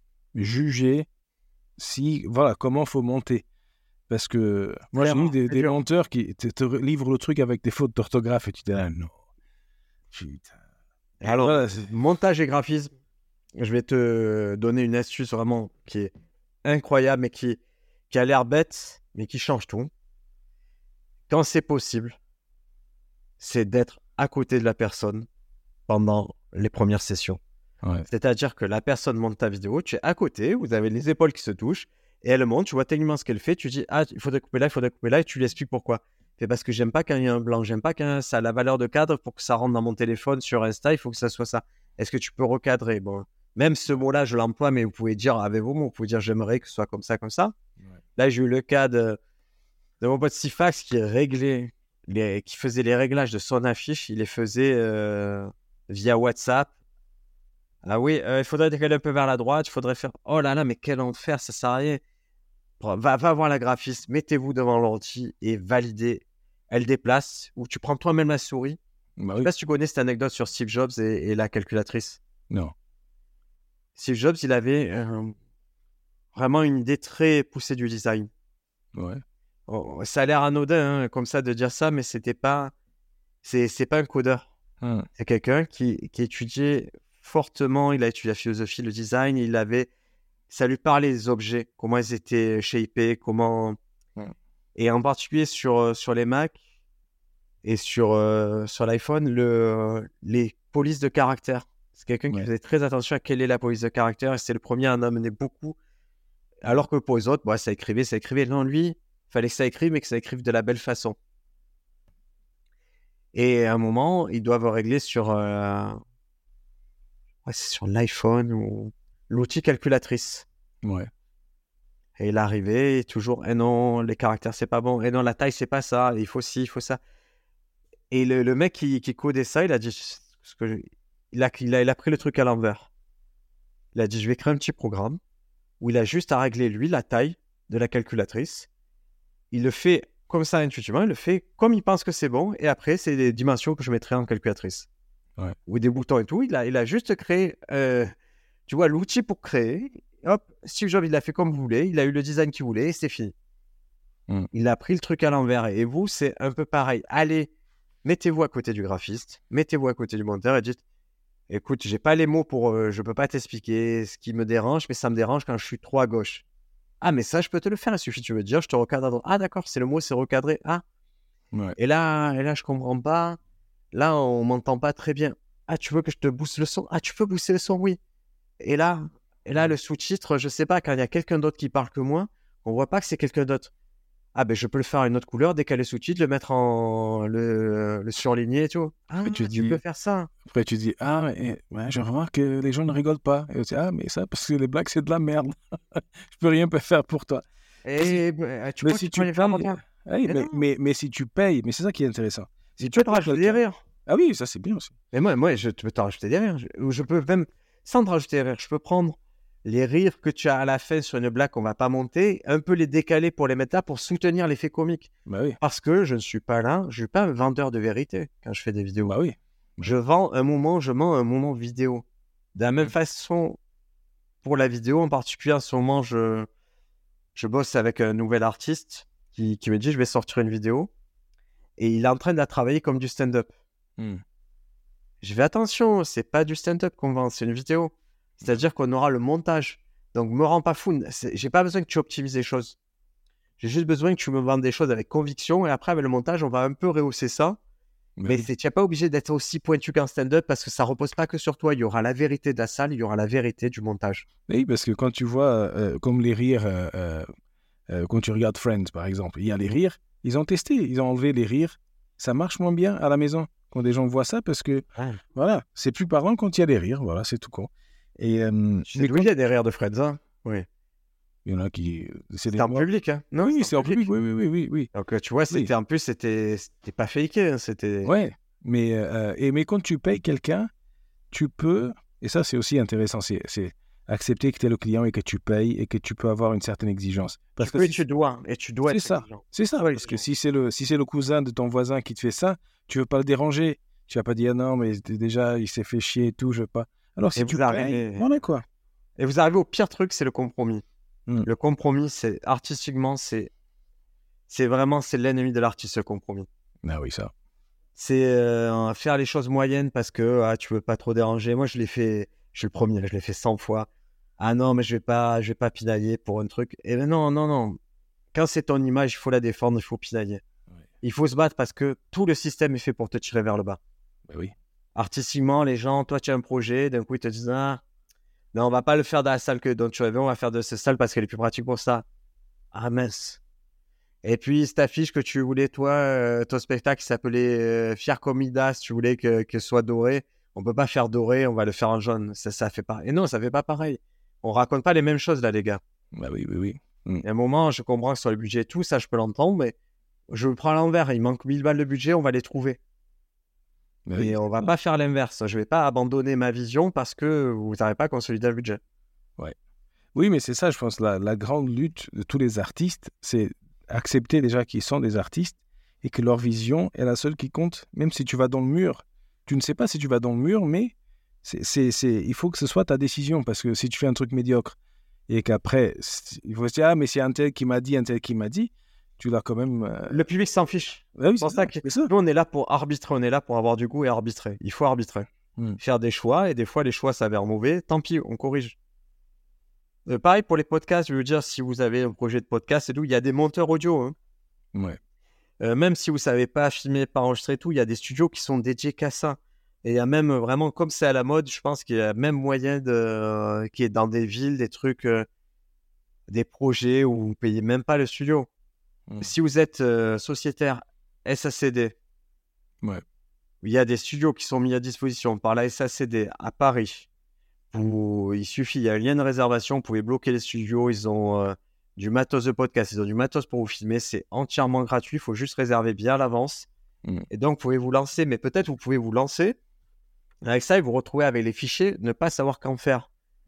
juger si, voilà, comment faut monter. Parce que moi, j'ai Clairement, eu des, c'est des dur. monteurs qui te, te livrent le truc avec des fautes d'orthographe et tu dis, ah non, putain. Alors, Voilà, c'est- montage et graphisme, je vais te donner une astuce vraiment qui est incroyable, mais qui, qui a l'air bête, mais qui change tout. Quand c'est possible, c'est d'être à côté de la personne pendant les premières sessions. ouais. C'est-à-dire que la personne monte ta vidéo, tu es à côté, vous avez les épaules qui se touchent, et elle monte, tu vois techniquement ce qu'elle fait, tu dis, ah, il faudrait couper là, il faudrait couper là, et tu lui expliques pourquoi. C'est parce que j'aime pas quand il y a un blanc, j'aime pas quand ça a la valeur de cadre pour que ça rentre dans mon téléphone sur Insta, il faut que ça soit ça. Est-ce que tu peux recadrer? Bon, même ce mot-là, je l'emploie, mais vous pouvez dire avec vos mots, vous pouvez dire j'aimerais que ce soit comme ça, comme ça. Ouais. Là, j'ai eu le cas de, de mon pote Sifax qui réglait, les, qui faisait les réglages de son affiche, il les faisait euh, via WhatsApp. Ah oui, euh, il faudrait décaler un peu vers la droite, il faudrait faire, oh là là, mais quel enfer, ça sert à rien. Va, va voir la graphiste, mettez-vous devant l'ordi et validez. Elle déplace, ou tu prends toi-même la souris. Bah Je sais oui. pas si tu connais cette anecdote sur Steve Jobs et, et la calculatrice. Non. Steve Jobs, il avait euh, vraiment une idée très poussée du design. Ouais. Oh, ça a l'air anodin, hein, comme ça, de dire ça, mais c'était pas, c'est, c'est pas un codeur. Hmm. C'est quelqu'un qui, qui étudiait fortement, il a étudié la philosophie, le design, il avait, ça lui parlait des objets, comment ils étaient shapés, comment, Ouais. et en particulier sur, sur les Mac et sur, euh, sur l'iPhone, le, les polices de caractère. C'est quelqu'un qui Ouais. faisait très attention à quelle est la police de caractère, et c'est le premier à en amener beaucoup, alors que pour les autres, bah, ça écrivait, ça écrivait. Non, lui, il fallait que ça écrive, mais que ça écrive de la belle façon. Et à un moment, ils doivent régler sur, euh, ouais, c'est sur l'iPhone ou l'outil calculatrice. Ouais. Et il arrivait, et toujours, eh non, les caractères, c'est pas bon. Eh non, la taille, c'est pas ça. Il faut ci, il faut ça. Et le, le mec qui, qui codait ça, il a dit, ce que je- il, a, il, a, il a pris le truc à l'envers. Il a dit, je vais créer un petit programme où il a juste à régler, lui, la taille de la calculatrice. Il le fait comme ça intuitivement, il le fait comme il pense que c'est bon. Et après, c'est des dimensions que je mettrai en calculatrice. Ouais. Ou des boutons et tout. Il a, il a juste créé, euh, tu vois, l'outil pour créer. Hop, Steve Jobs, il l'a fait comme vous voulez. Il a eu le design qu'il voulait et c'est fini. Mm. Il a pris le truc à l'envers. Et vous, c'est un peu pareil. Allez, mettez-vous à côté du graphiste, mettez-vous à côté du monteur et dites, écoute, j'ai pas les mots pour, euh, je peux pas t'expliquer ce qui me dérange, mais ça me dérange quand je suis trop à gauche. Ah, mais ça, je peux te le faire. Il suffit, tu veux dire, je te recadre à droite. Ah, d'accord, c'est le mot, c'est recadré. Ah, Ouais. et là, et là, je comprends pas. Là, on m'entend pas très bien. Ah, tu veux que je te booste le son? Ah, tu peux booster le son? Oui. Et là, et là, le sous-titre, je sais pas, quand il y a quelqu'un d'autre qui parle que moi, on voit pas que c'est quelqu'un d'autre. Ah, ben, je peux le faire à une autre couleur, décaler le sous-titre, le mettre en, le, le surligner et tout. Ah, Après, tu tu dis- peux faire ça. Après, tu dis, ah, mais ouais, je remarque que les gens ne rigolent pas. Et tu dis, ah, mais ça, parce que les blagues, c'est de la merde. Je peux rien faire pour toi. Et ben, tu Mais crois si que tu peux aller faire payes- regarde. Oui, Mais mais, non. mais, mais si tu payes, mais c'est ça qui est intéressant. Si tu veux te payes rajouter des quelqu'un- rires. Ah oui, ça, c'est bien aussi. Mais moi, moi je peux te rajouter des rires. Je, ou je peux même, sans te rajouter des rires, je peux prendre les rires que tu as à la fin sur une blague qu'on va pas monter, un peu les décaler pour les mettre là pour soutenir l'effet comique. Bah oui. Parce que je ne suis pas là, je suis pas un vendeur de vérité quand je fais des vidéos. Bah oui. Je vends un moment, je mens un moment vidéo. De la même façon, pour la vidéo en particulier, en ce moment, je, je bosse avec un nouvel artiste qui, qui me dit je vais sortir une vidéo et il est en train de la travailler comme du stand-up. Mm. Je fais attention, c'est pas du stand-up qu'on vend, c'est une vidéo. C'est-à-dire qu'on aura le montage. Donc, me rends pas fou. C'est, j'ai pas besoin que tu optimises les choses. J'ai juste besoin que tu me vendes des choses avec conviction et après, avec le montage, on va un peu rehausser ça. Mais Oui. tu n'es pas obligé d'être aussi pointu qu'un stand-up parce que ça repose pas que sur toi. Il y aura la vérité de la salle, il y aura la vérité du montage. Oui, parce que quand tu vois, euh, comme les rires, euh, euh, euh, quand tu regardes Friends, par exemple, il y a les rires, ils ont testé, ils ont enlevé les rires. Ça marche moins bien à la maison quand des gens voient ça parce que, Ouais. voilà, c'est plus parlant quand il y a les rires, voilà, c'est tout con. Et, euh, Tu mais sais d'où quand- il y a des rires de Friends, hein? Oui. il y en a qui... C'est des C'était en noirs. public, hein? Non, Oui, c'est en public, oui, oui, oui, oui. oui. Donc, euh, tu vois, c'était Oui. en plus, c'était, c'était pas faké, hein, c'était... Ouais, mais, euh, et, mais quand tu payes quelqu'un, tu peux, et ça c'est aussi intéressant, c'est, c'est accepter que tu es le client et que tu payes et que tu peux avoir une certaine exigence. Parce Tu que peux et si- tu dois, et tu dois c'est être ça, exigeant. c'est ça, Ouais, parce que exigeant. si c'est, le, si c'est le cousin de ton voisin qui te fait ça, tu veux pas le déranger. Tu vas pas dire non, mais déjà il s'est fait chier et tout, je veux pas. Alors si Et tu vous arrivez- payes, voilà quoi. Et vous arrivez au pire truc, c'est le compromis. Mm. Le compromis, c'est artistiquement, c'est, c'est vraiment, c'est l'ennemi de l'artiste, le compromis. Ah oui, ça. C'est euh, faire les choses moyennes parce que ah, tu veux pas trop déranger. Moi, je l'ai fait, je suis le premier, je l'ai fait cent fois. Ah non, mais je vais pas, je vais pas pinailler pour un truc. Et ben non, non, non. Quand c'est ton image, il faut la défendre, il faut pinailler. Ouais. Il faut se battre parce que tout le système est fait pour te tirer vers le bas. Bah oui. Artistiquement, les gens, toi, tu as un projet, d'un coup, ils te disent ah, non, on va pas le faire dans la salle que dont tu rêvais, on va faire de cette salle parce qu'elle est plus pratique pour ça. Ah mince. Et puis, cette affiche que tu voulais, toi, euh, ton spectacle qui s'appelait euh, Fier comme Midas, tu voulais que, que ce soit doré. On peut pas faire doré, on va le faire en jaune. Ça, ça fait pas. Et non, ça fait pas pareil. On raconte pas les mêmes choses là, les gars. Bah oui, oui, oui. Mm. Il y a un moment, je comprends que sur le budget et tout, ça, je peux l'entendre, mais je le prends à l'envers. Il manque mille balles de budget, on va les trouver. Bah Et oui. on va pas faire l'inverse. Je vais pas abandonner ma vision parce que vous n'avez pas consolidé le budget. Oui, mais c'est ça, je pense, la, la grande lutte de tous les artistes, c'est accepter déjà qu'ils sont des artistes et que leur vision est la seule qui compte. Même si tu vas dans le mur, tu ne sais pas si tu vas dans le mur, mais c'est, c'est, c'est, il faut que ce soit ta décision. Parce que si tu fais un truc médiocre et qu'après, c'est- il faut se dire, ah, mais c'est un tel qui m'a dit, un tel qui m'a dit, tu l'as quand même... euh, Le public s'en fiche. ah oui, C'est pour c'est ça ça, que c'est ça. nous, on est là pour arbitrer, on est là pour avoir du goût et arbitrer. Il faut arbitrer. Hmm. Faire des choix, et des fois, les choix s'avèrent mauvais. Tant pis, on corrige. Euh, pareil pour les podcasts, je veux dire, si vous avez un projet de podcast et tout, il y a des monteurs audio. Hein. Ouais. Euh, même si vous savez pas filmer, pas enregistrer tout, il y a des studios qui sont dédiés qu'à ça. Et il y a même euh, vraiment, comme c'est à la mode, je pense qu'il y a même moyen de, euh, qui est dans des villes, des trucs, euh, des projets où vous payez même pas le studio. Hmm. Si vous êtes euh, sociétaire S A C D, Ouais. il y a des studios qui sont mis à disposition par la S A C D à Paris. Vous, il suffit, il y a un lien de réservation, vous pouvez bloquer les studios, ils ont euh, du matos de podcast, ils ont du matos pour vous filmer, c'est entièrement gratuit, il faut juste réserver bien à l'avance. Mm. Et donc, vous pouvez vous lancer, mais peut-être vous pouvez vous lancer. Avec ça, et vous retrouvez avec les fichiers, ne pas savoir qu'en faire.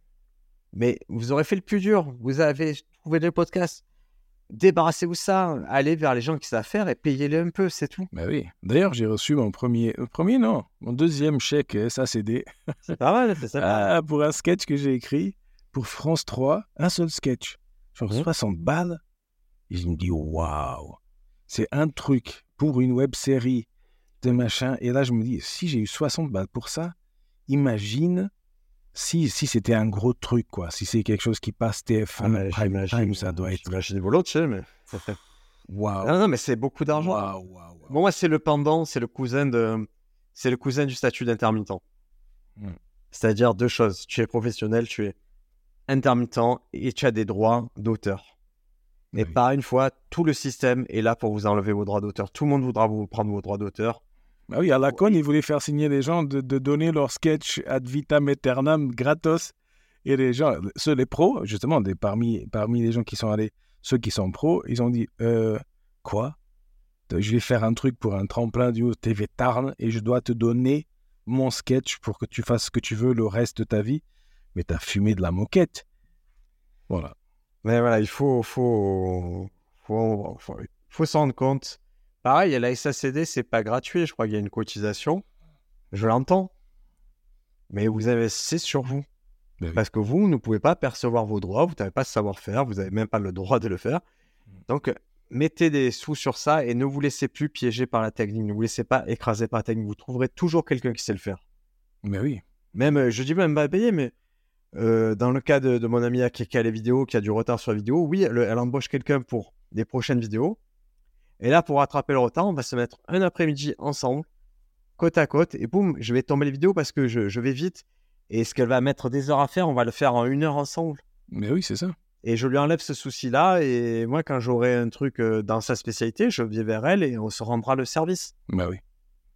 Mais vous aurez fait le plus dur, vous avez trouvé le podcast. Débarrassez-vous ça, allez vers les gens qui savent faire et payez-les un peu, c'est tout. Bah oui. D'ailleurs, j'ai reçu mon premier... euh, premier, non, mon deuxième chèque S A C D. C'est pas mal, c'est ça. Ah, pour un sketch que j'ai écrit pour France trois, un seul sketch, genre Mhm. soixante balles. Et je me dis, waouh, c'est un truc pour une web série de machin. Et là, je me dis, si j'ai eu soixante balles pour ça, imagine si, si c'était un gros truc, quoi. Si c'est quelque chose qui passe T F un, prime time, ça doit être J'imagine volontiers, mais. waouh. Non, non, mais c'est beaucoup d'argent. Waouh, waouh, waouh. Bon, moi, c'est le pendant, c'est le cousin de, c'est le cousin du statut d'intermittent. Mm. C'est-à-dire deux choses. Tu es professionnel, tu es intermittent et tu as des droits d'auteur. Et Oui. par une fois, tout le système est là pour vous enlever vos droits d'auteur. Tout le monde voudra vous prendre vos droits d'auteur. Bah oui, à la con, ils voulaient faire signer les gens de, de donner leur sketch ad vitam aeternam gratos. Et les gens, ceux, les pros, justement, des, parmi, parmi les gens qui sont allés, ceux qui sont pros, ils ont dit euh, quoi? Je vais faire un truc pour un tremplin du T V Tarn et je dois te donner mon sketch pour que tu fasses ce que tu veux le reste de ta vie. Mais t'as fumé de la moquette. Voilà. Mais voilà, il faut, faut, faut, faut, faut s'en rendre compte. Pareil, la S A C D, c'est pas gratuit. Je crois qu'il y a une cotisation. Je l'entends. Mais vous investissez sur vous. Ben oui. Parce que vous ne pouvez pas percevoir vos droits, vous n'avez pas ce savoir-faire, vous n'avez même pas le droit de le faire. Donc, mettez des sous sur ça et ne vous laissez plus piéger par la technique. Ne vous laissez pas écraser par la technique. Vous trouverez toujours quelqu'un qui sait le faire. Mais oui. Même, je dis même pas payer, mais euh, dans le cas de, de mon amie qui, qui a les vidéos, qui a du retard sur la vidéo, oui, elle, elle embauche quelqu'un pour des prochaines vidéos. Et là, pour rattraper le retard, on va se mettre un après-midi ensemble, côte à côte, et boum, je vais tomber les vidéos parce que je, je vais vite. Et ce qu'elle va mettre des heures à faire, on va le faire en une heure ensemble. Mais oui, c'est ça. Et je lui enlève ce souci-là. Et moi, quand j'aurai un truc euh, dans sa spécialité, je vais vers elle et on se rendra le service. Ben oui.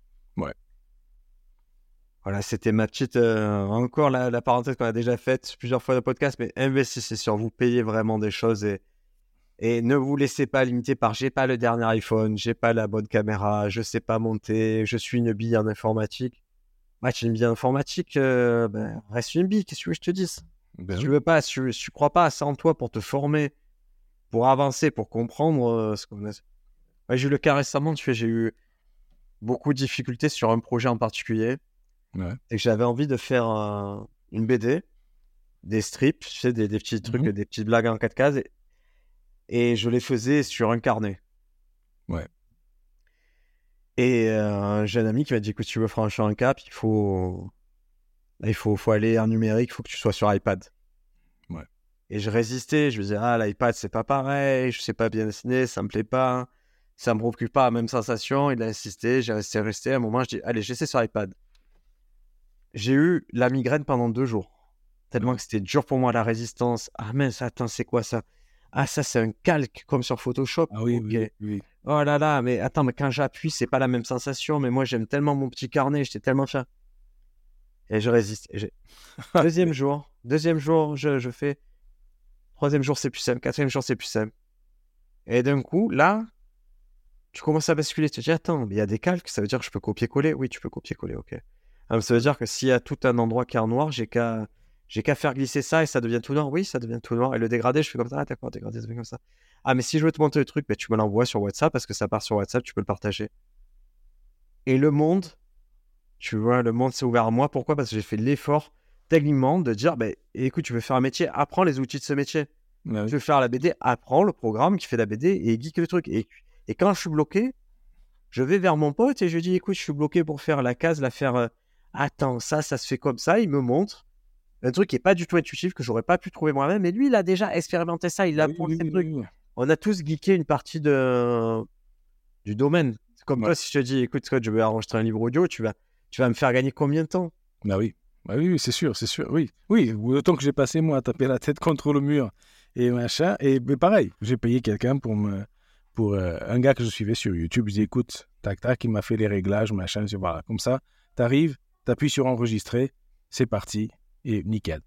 Voilà, c'était ma petite... euh, encore la, la parenthèse qu'on a déjà faite plusieurs fois dans le podcast, mais investissez sur vous, payez vraiment des choses et, et ne vous laissez pas limiter par « j'ai pas le dernier iPhone, j'ai pas la bonne caméra, je sais pas monter, je suis une bille en informatique ». Moi, tu es une bille en informatique, euh, ben, reste une bille, qu'est-ce que je te dise? Ben Si oui. tu veux pas, si tu, si tu crois pas à ça en toi pour te former, pour avancer, pour comprendre euh, ce qu'on a... Ouais, j'ai eu le cas récemment, tu sais, j'ai eu beaucoup de difficultés sur un projet en particulier. Ouais. Et que j'avais envie de faire euh, une B D, des strips, tu sais, des, des petits trucs, Mhm. des petites blagues en quatre cases. Et, et je les faisais sur un carnet. Ouais. Et euh, j'ai un ami qui m'a dit, écoute, si tu veux franchir un cap, il faut, il faut, faut aller en numérique, il faut que tu sois sur iPad. Ouais. Et je résistais, je me disais, ah, l'iPad, c'est pas pareil, je sais pas bien dessiner, ça me plaît pas, ça me procure pas la même sensation. Il a insisté, j'ai resté, resté. À un moment, je dis, allez, j'essaie sur iPad. J'ai eu la migraine pendant deux jours. Tellement Ouais. que c'était dur pour moi, la résistance. Ah mince, attends, c'est quoi ça? Ah, ça, c'est un calque comme sur Photoshop. Ah oui, Ok. oui, oui. Oh là là, mais attends, mais quand j'appuie, c'est pas la même sensation. Mais moi, j'aime tellement mon petit carnet, j'étais tellement fier. Et je résiste. Et j'ai- Deuxième jour, deuxième jour, je, je fais. Troisième jour, c'est plus simple. Quatrième jour, c'est plus simple. Et d'un coup, là, tu commences à basculer. Tu te dis, attends, mais il y a des calques, ça veut dire que je peux copier-coller? Oui, tu peux copier-coller, ok. Ah, mais ça veut dire que s'il y a tout un endroit qui est en noir, j'ai qu'à j'ai qu'à faire glisser ça et ça devient tout noir. Oui, ça devient tout noir. Et le dégradé, je fais comme ça. Ah, d'accord, dégradé, ça fait comme ça. Ah, mais si je veux te montrer le truc, ben, tu me l'envoies sur WhatsApp parce que ça part sur WhatsApp, tu peux le partager. Et le monde, tu vois, le monde s'est ouvert à moi. Pourquoi? Parce que j'ai fait l'effort techniquement de dire, ben, écoute, tu veux faire un métier, apprends les outils de ce métier. Ah oui. Tu veux faire la B D, apprends le programme qui fait la B D et geek le truc. Et, et quand je suis bloqué, je vais vers mon pote et je lui dis, écoute, je suis bloqué pour faire la case, la faire... euh, Attends, ça, ça se fait comme ça. Il me montre un truc qui n'est pas du tout intuitif, que j'aurais pas pu trouver moi-même. Et lui, il a déjà expérimenté ça. Il a Ah oui, pour oui, ses oui, trucs. oui, oui. On a tous geeké une partie de... du domaine. C'est comme Ouais. toi, si je te dis, écoute, Scott, je vais enregistrer un livre audio, tu vas, tu vas me faire gagner combien de temps? Bah oui. Bah oui, oui, c'est sûr, c'est sûr. Oui, oui. Le temps que j'ai passé, moi, à taper la tête contre le mur et machin. Et mais pareil, j'ai payé quelqu'un pour me. Pour euh, un gars que je suivais sur YouTube. Je dis, écoute, tac, tac, il m'a fait les réglages, machin. Je dis, voilà, comme ça, t'arrives, t'appuies sur enregistrer, c'est parti, et nickel.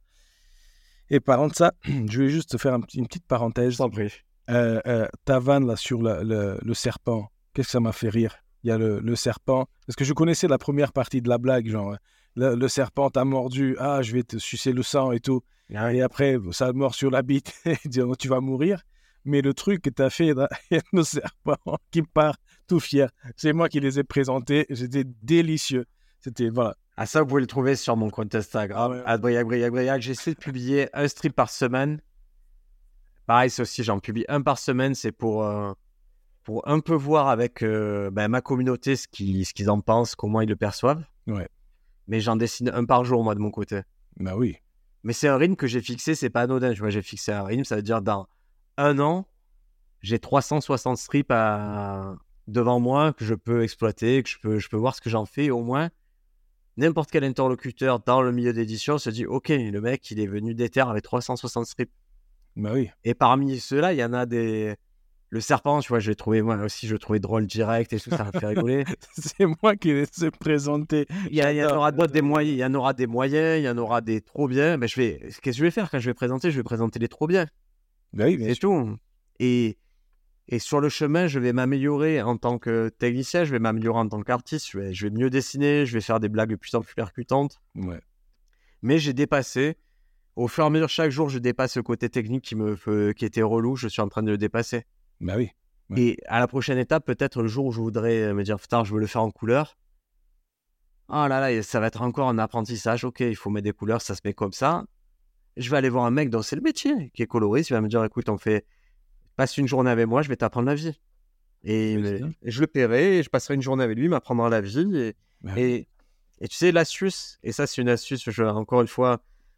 Et parlant de ça, je vais juste te faire un petit- une petite Je parenthèse. t'en prie. Euh, euh, ta vanne là sur la- le, le serpent, qu'est-ce que ça m'a fait rire? Il y a le, le serpent, parce que je connaissais la première partie de la blague, genre euh, le, le serpent t'a mordu, ah je vais te sucer le sang et tout, Ah oui. et après ça mord sur la bite, et dit, oh, tu vas mourir. Mais le truc que t'as fait, là, il y a le serpent qui part tout fier. C'est moi qui les ai présentés, c'était délicieux. C'était voilà. Ah, ça, vous pouvez le trouver sur mon compte Instagram. Ouais. À Briac, Briac, Briac. J'essaie de publier un strip par semaine. Pareil, c'est aussi, j'en publie un par semaine. C'est pour, euh, pour un peu voir avec euh, ben, ma communauté ce qu'ils, ce qu'ils en pensent, comment ils le perçoivent. Ouais. Mais j'en dessine un par jour, moi, de mon côté. Bah oui. Mais c'est un rythme que j'ai fixé, c'est pas anodin. Tu vois, j'ai fixé un rythme, ça veut dire dans un an, j'ai trois cent soixante strips à... devant moi que je peux exploiter, que je peux, je peux voir ce que j'en fais. Et au moins, n'importe quel interlocuteur dans le milieu d'édition se dit, ok, le mec, il est venu déter avec trois cent soixante strips. Bah oui. Et parmi ceux-là, il y en a des... Le serpent, tu vois, je l'ai trouvé, moi aussi, je le trouvais drôle direct et tout, ça m'a fait rigoler. C'est moi qui les ai présentés. Il y, a- il y en aura d'autres, des moyens, il y en aura des moyens, il y en aura des trop bien. Mais je vais... Qu'est-ce que je vais faire quand je vais présenter? Je vais présenter les trop bien. Bah oui, bien C'est sûr. tout. Et... et sur le chemin, je vais m'améliorer en tant que technicien, je vais m'améliorer en tant qu'artiste, je vais... je vais mieux dessiner, je vais faire des blagues de plus en plus percutantes. Ouais. Mais j'ai dépassé au fur et à mesure, chaque jour, je dépasse le côté technique qui, me, euh, qui était relou, je suis en train de le dépasser. Bah oui. Ouais. Et à la prochaine étape, peut-être le jour où je voudrais me dire, putain, je veux le faire en couleur. Oh là là, ça va être encore un apprentissage. Ok, il faut mettre des couleurs, ça se met comme ça. Je vais aller voir un mec dont c'est le métier, qui est coloriste. Il va me dire, écoute, on fait, passe une journée avec moi, je vais t'apprendre la vie. Et, Oui, et je le paierai, et je passerai une journée avec lui, il m'apprendra la vie. Et, bah et, et tu sais, l'astuce, et ça, c'est une astuce, je, encore une fois,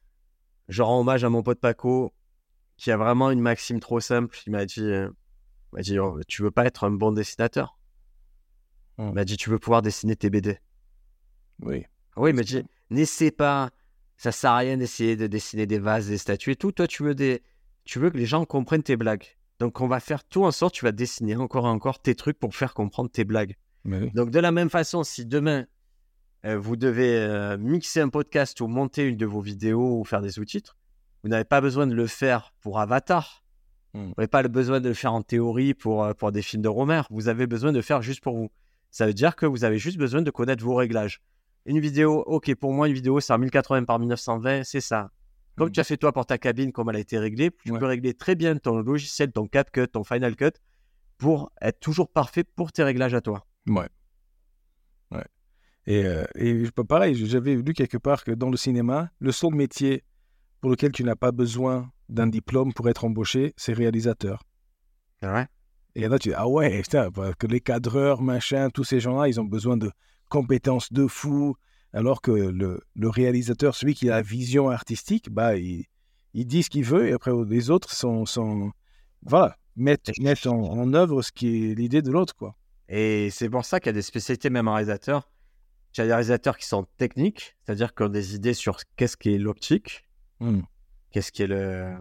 je rends hommage à mon pote Paco, qui a vraiment une maxime trop simple. Il m'a dit, euh, il m'a dit oh, tu veux pas être un bon dessinateur? Hum. Il m'a dit, tu veux pouvoir dessiner tes B D. Oui. Oui, il m'a dit, n'essaie pas, ça sert à rien d'essayer de dessiner des vases, des statues et tout. Toi, tu veux, des... tu veux que les gens comprennent tes blagues. Donc, on va faire tout en sorte, tu vas dessiner encore et encore tes trucs pour faire comprendre tes blagues. Mais oui. Donc, de la même façon, si demain, euh, vous devez euh, mixer un podcast ou monter une de vos vidéos ou faire des sous-titres, vous n'avez pas besoin de le faire pour Avatar. Mm. Vous n'avez pas besoin de le faire en théorie pour, pour des films de Romer. Vous avez besoin de le faire juste pour vous. Ça veut dire que vous avez juste besoin de connaître vos réglages. Une vidéo, ok, pour moi, une vidéo, c'est en mille quatre-vingts par mille neuf cent vingt, c'est ça. Comme mm. tu as fait toi pour ta cabine, comme elle a été réglée, tu ouais. peux régler très bien ton logiciel, ton CapCut, ton Final Cut, pour être toujours parfait pour tes réglages à toi. Ouais. Ouais. Et, euh, et pareil, j'avais lu quelque part que dans le cinéma, le seul métier pour lequel tu n'as pas besoin d'un diplôme pour être embauché, c'est réalisateur. Ouais. Et là, tu dis, ah ouais, putain, que les cadreurs, machin, tous ces gens-là, ils ont besoin de compétences de fou, alors que le, le réalisateur, celui qui a la vision artistique, bah, il, il dit ce qu'il veut, et après, les autres sont, sont voilà, mettent, mettent en, en œuvre ce qui est l'idée de l'autre, quoi. Et c'est pour ça qu'il y a des spécialités, même en réalisateur. Il y a des réalisateurs qui sont techniques, c'est-à-dire qui ont des idées sur qu'est-ce qui est l'optique, mm. qu'est-ce qui est le...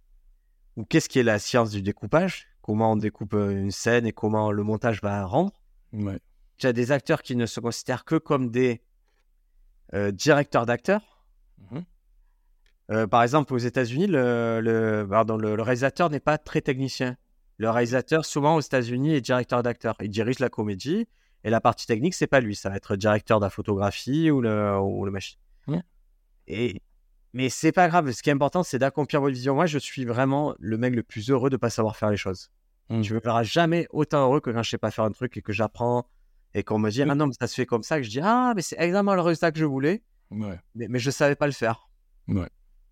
ou qu'est-ce qui est la science du découpage, comment on découpe une scène et comment le montage va rendre. Ouais. Il y a des acteurs qui ne se considèrent que comme des euh, directeurs d'acteurs. Mm-hmm. Euh, par exemple, aux États-Unis, le, le, pardon, le, le réalisateur n'est pas très technicien. Le réalisateur, souvent aux États-Unis, est directeur d'acteurs. Il dirige la comédie et la partie technique, c'est pas lui. Ça va être directeur de la photographie ou le, ou le machin. Mm. Et mais c'est pas grave. Ce qui est important, c'est d'accomplir votre vision. Moi, je suis vraiment le mec le plus heureux de pas savoir faire les choses. Mm. Tu me verras jamais autant heureux que quand je sais pas faire un truc et que j'apprends et qu'on me dit ah non mais ça se fait comme ça, que je dis ah mais c'est exactement le résultat que je voulais. Ouais. Mais, mais je savais pas le faire. Ouais.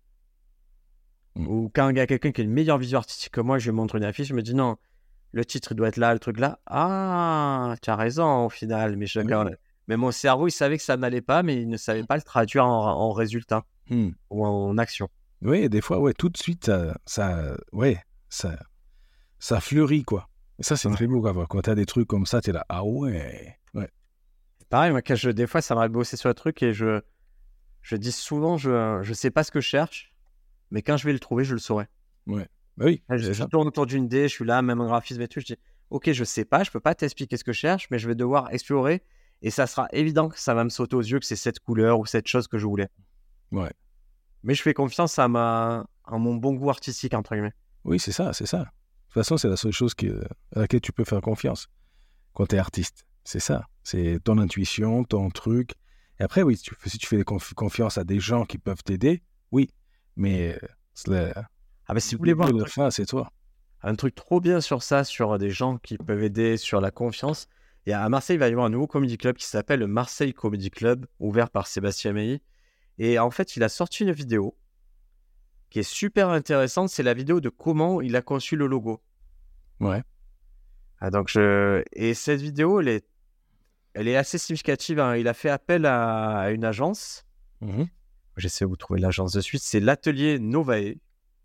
Mm. Ou quand il y a quelqu'un qui a une meilleure vision artistique que moi, je lui montre une affiche, je me dis non, le titre doit être là, le truc là. Ah, tu as raison au final. Mais, je, oui. quand, mais mon cerveau, il savait que ça n'allait pas, mais il ne savait pas le traduire en, en résultat mm. ou en, en action. Oui, des fois, ouais, tout de suite, ça, ça, ouais, ça, ça fleurit, quoi. Et ça, c'est ouais. très beau, quoi. Quand tu as des trucs comme ça, tu es là, ah ouais. ouais. Pareil, moi, quand je, des fois, ça m'arrive de bosser sur un truc et je, je dis souvent, je ne sais pas ce que je cherche, mais quand je vais le trouver, je le saurai. Ouais. Bah oui, je, je tourne autour d'une idée, je suis là, même en graphisme et tout, je dis, ok, je sais pas, je peux pas t'expliquer ce que je cherche, mais je vais devoir explorer et ça sera évident que ça va me sauter aux yeux que c'est cette couleur ou cette chose que je voulais. Ouais. Mais je fais confiance à, ma... à mon bon goût artistique, entre guillemets. Oui, c'est ça, c'est ça. De toute façon, c'est la seule chose qui, à laquelle tu peux faire confiance quand tu es artiste. C'est ça. C'est ton intuition, ton truc. Et après, oui, tu, si tu fais conf- confiance à des gens qui peuvent t'aider, oui. Mais la... ah ben, si vous voulez voir le fin, c'est toi. Un truc trop bien sur ça, sur des gens qui peuvent aider, sur la confiance. Et à Marseille, il va y avoir un nouveau comedy club qui s'appelle le Marseille Comedy Club, ouvert par Sébastien Meilly. Et en fait, il a sorti une vidéo qui est super intéressante. C'est la vidéo de comment il a conçu le logo. Ouais. Ah, donc je... Et cette vidéo, elle est, elle est assez significative. Hein. Il a fait appel à, à une agence. Mm-hmm. J'essaie de vous trouver l'agence de suite. C'est l'atelier Novae.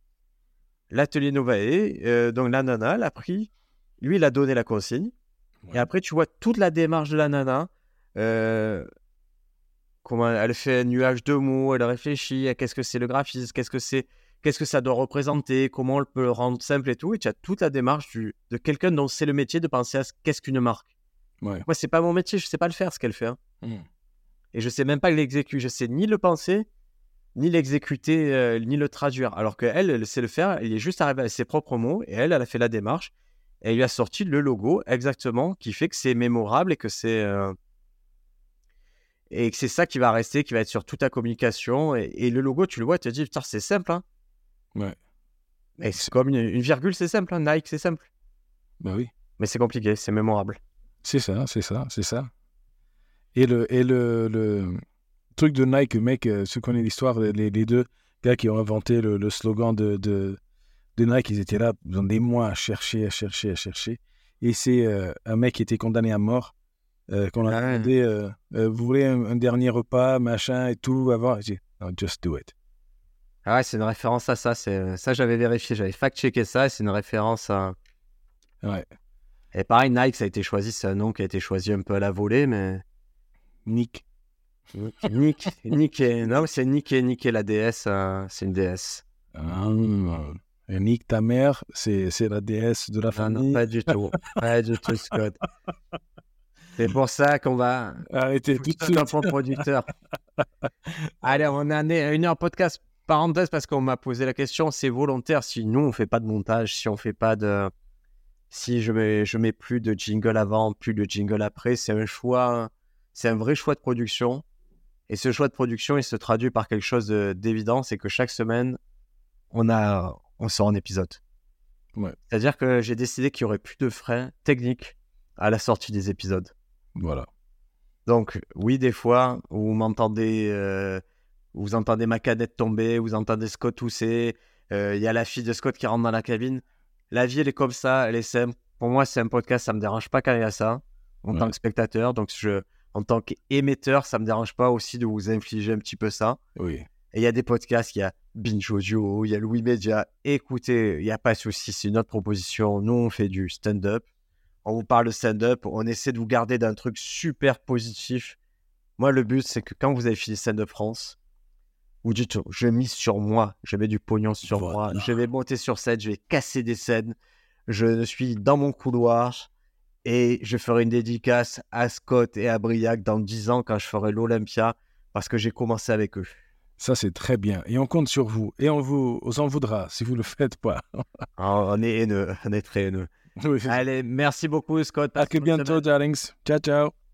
L'atelier Novae. Euh, donc la nana l'a pris. Lui, il a donné la consigne. Ouais. Et après, tu vois toute la démarche de la nana. Euh... Comment elle fait un nuage de mots, elle réfléchit à qu'est-ce que c'est le graphisme, qu'est-ce que c'est, qu'est-ce que ça doit représenter, comment on peut le rendre simple et tout. Et tu as toute la démarche du, de quelqu'un dont c'est le métier de penser à ce, qu'est-ce qu'une marque. Ouais. Moi, c'est pas mon métier, je sais pas le faire ce qu'elle fait. Hein. Mm. Et je sais même pas l'exécuter, je sais ni le penser, ni l'exécuter, euh, ni le traduire. Alors qu'elle, elle sait le faire, elle est juste arrivée à ses propres mots et elle, elle a fait la démarche et elle lui a sorti le logo exactement qui fait que c'est mémorable et que c'est. Euh... et que c'est ça qui va rester, qui va être sur toute ta communication. Et, et le logo, tu le vois, tu te dis, putain, c'est simple. Hein. Ouais. Et c'est comme une, une virgule, c'est simple. Hein. Nike, c'est simple. Bah oui. Mais c'est compliqué, c'est mémorable. C'est ça, c'est ça, c'est ça. Et le, et le, le truc de Nike, mec, euh, ceux qui connaissent l'histoire, les, les deux gars qui ont inventé le, le slogan de, de, de Nike, ils étaient là pendant des mois à chercher, à chercher, à chercher. Et c'est euh, un mec qui était condamné à mort, euh, qu'on a Ah ouais. demandé, euh, euh, vous voulez un, un dernier repas, machin et tout, avant. Il dit, non, just do it. Ah ouais, c'est une référence à ça. C'est... Ça, j'avais vérifié, j'avais fact-checké ça. Et c'est une référence à. Ouais. Et pareil, Nike, ça a été choisi. C'est un nom qui a été choisi un peu à la volée, mais. Nick. Nick. Nick est... Non, c'est Nick et Nick et la déesse. euh, C'est une déesse. Ah, et Nick, ta mère, c'est, c'est la déesse de la Non, famille. non, pas du tout. Pas du tout, Scott. C'est pour ça qu'on va. Arrêtez tout de Tout suite. un bon producteur. Allez, on en est à une heure podcast. Parenthèse, parce qu'on m'a posé la question, c'est volontaire si nous, on fait pas de montage, si on fait pas de. Si je mets, je mets plus de jingle avant, plus de jingle après, c'est un choix. C'est un vrai choix de production. Et ce choix de production, il se traduit par quelque chose de- d'évident, c'est que chaque semaine, on, a, on sort un épisode. Ouais. C'est-à-dire que j'ai décidé qu'il y aurait plus de freins techniques à la sortie des épisodes. Voilà. Donc, oui, des fois, vous m'entendez, euh, vous entendez ma canette tomber, vous entendez Scott tousser, il euh, y a la fille de Scott qui rentre dans la cabine. La vie, elle est comme ça, elle est simple. Pour moi, c'est un podcast, ça me dérange pas quand il y a ça, en Ouais. tant que spectateur. Donc, je, en tant qu'émetteur, ça me dérange pas aussi de vous infliger un petit peu ça. Oui. Et il y a des podcasts, il y a Binge Audio, il y a Louis Media. Écoutez, il n'y a pas de souci, c'est notre proposition. Nous, on fait du stand-up. On vous parle de stand-up, on essaie de vous garder d'un truc super positif. Moi, le but, c'est que quand vous avez fini Stand-up France, vous dites, je mise sur moi, je mets du pognon sur Voilà. moi, je vais monter sur scène, je vais casser des scènes, je suis dans mon couloir et je ferai une dédicace à Scott et à Briac dans dix ans quand je ferai l'Olympia parce que j'ai commencé avec eux. Ça, c'est très bien. Et on compte sur vous. Et on vous on en voudra si vous ne le faites pas. Oh, on est haineux, on est très haineux. Oui. Allez, merci beaucoup Scott. À Passe que une bonne bientôt, semaine. darlings. Ciao, ciao.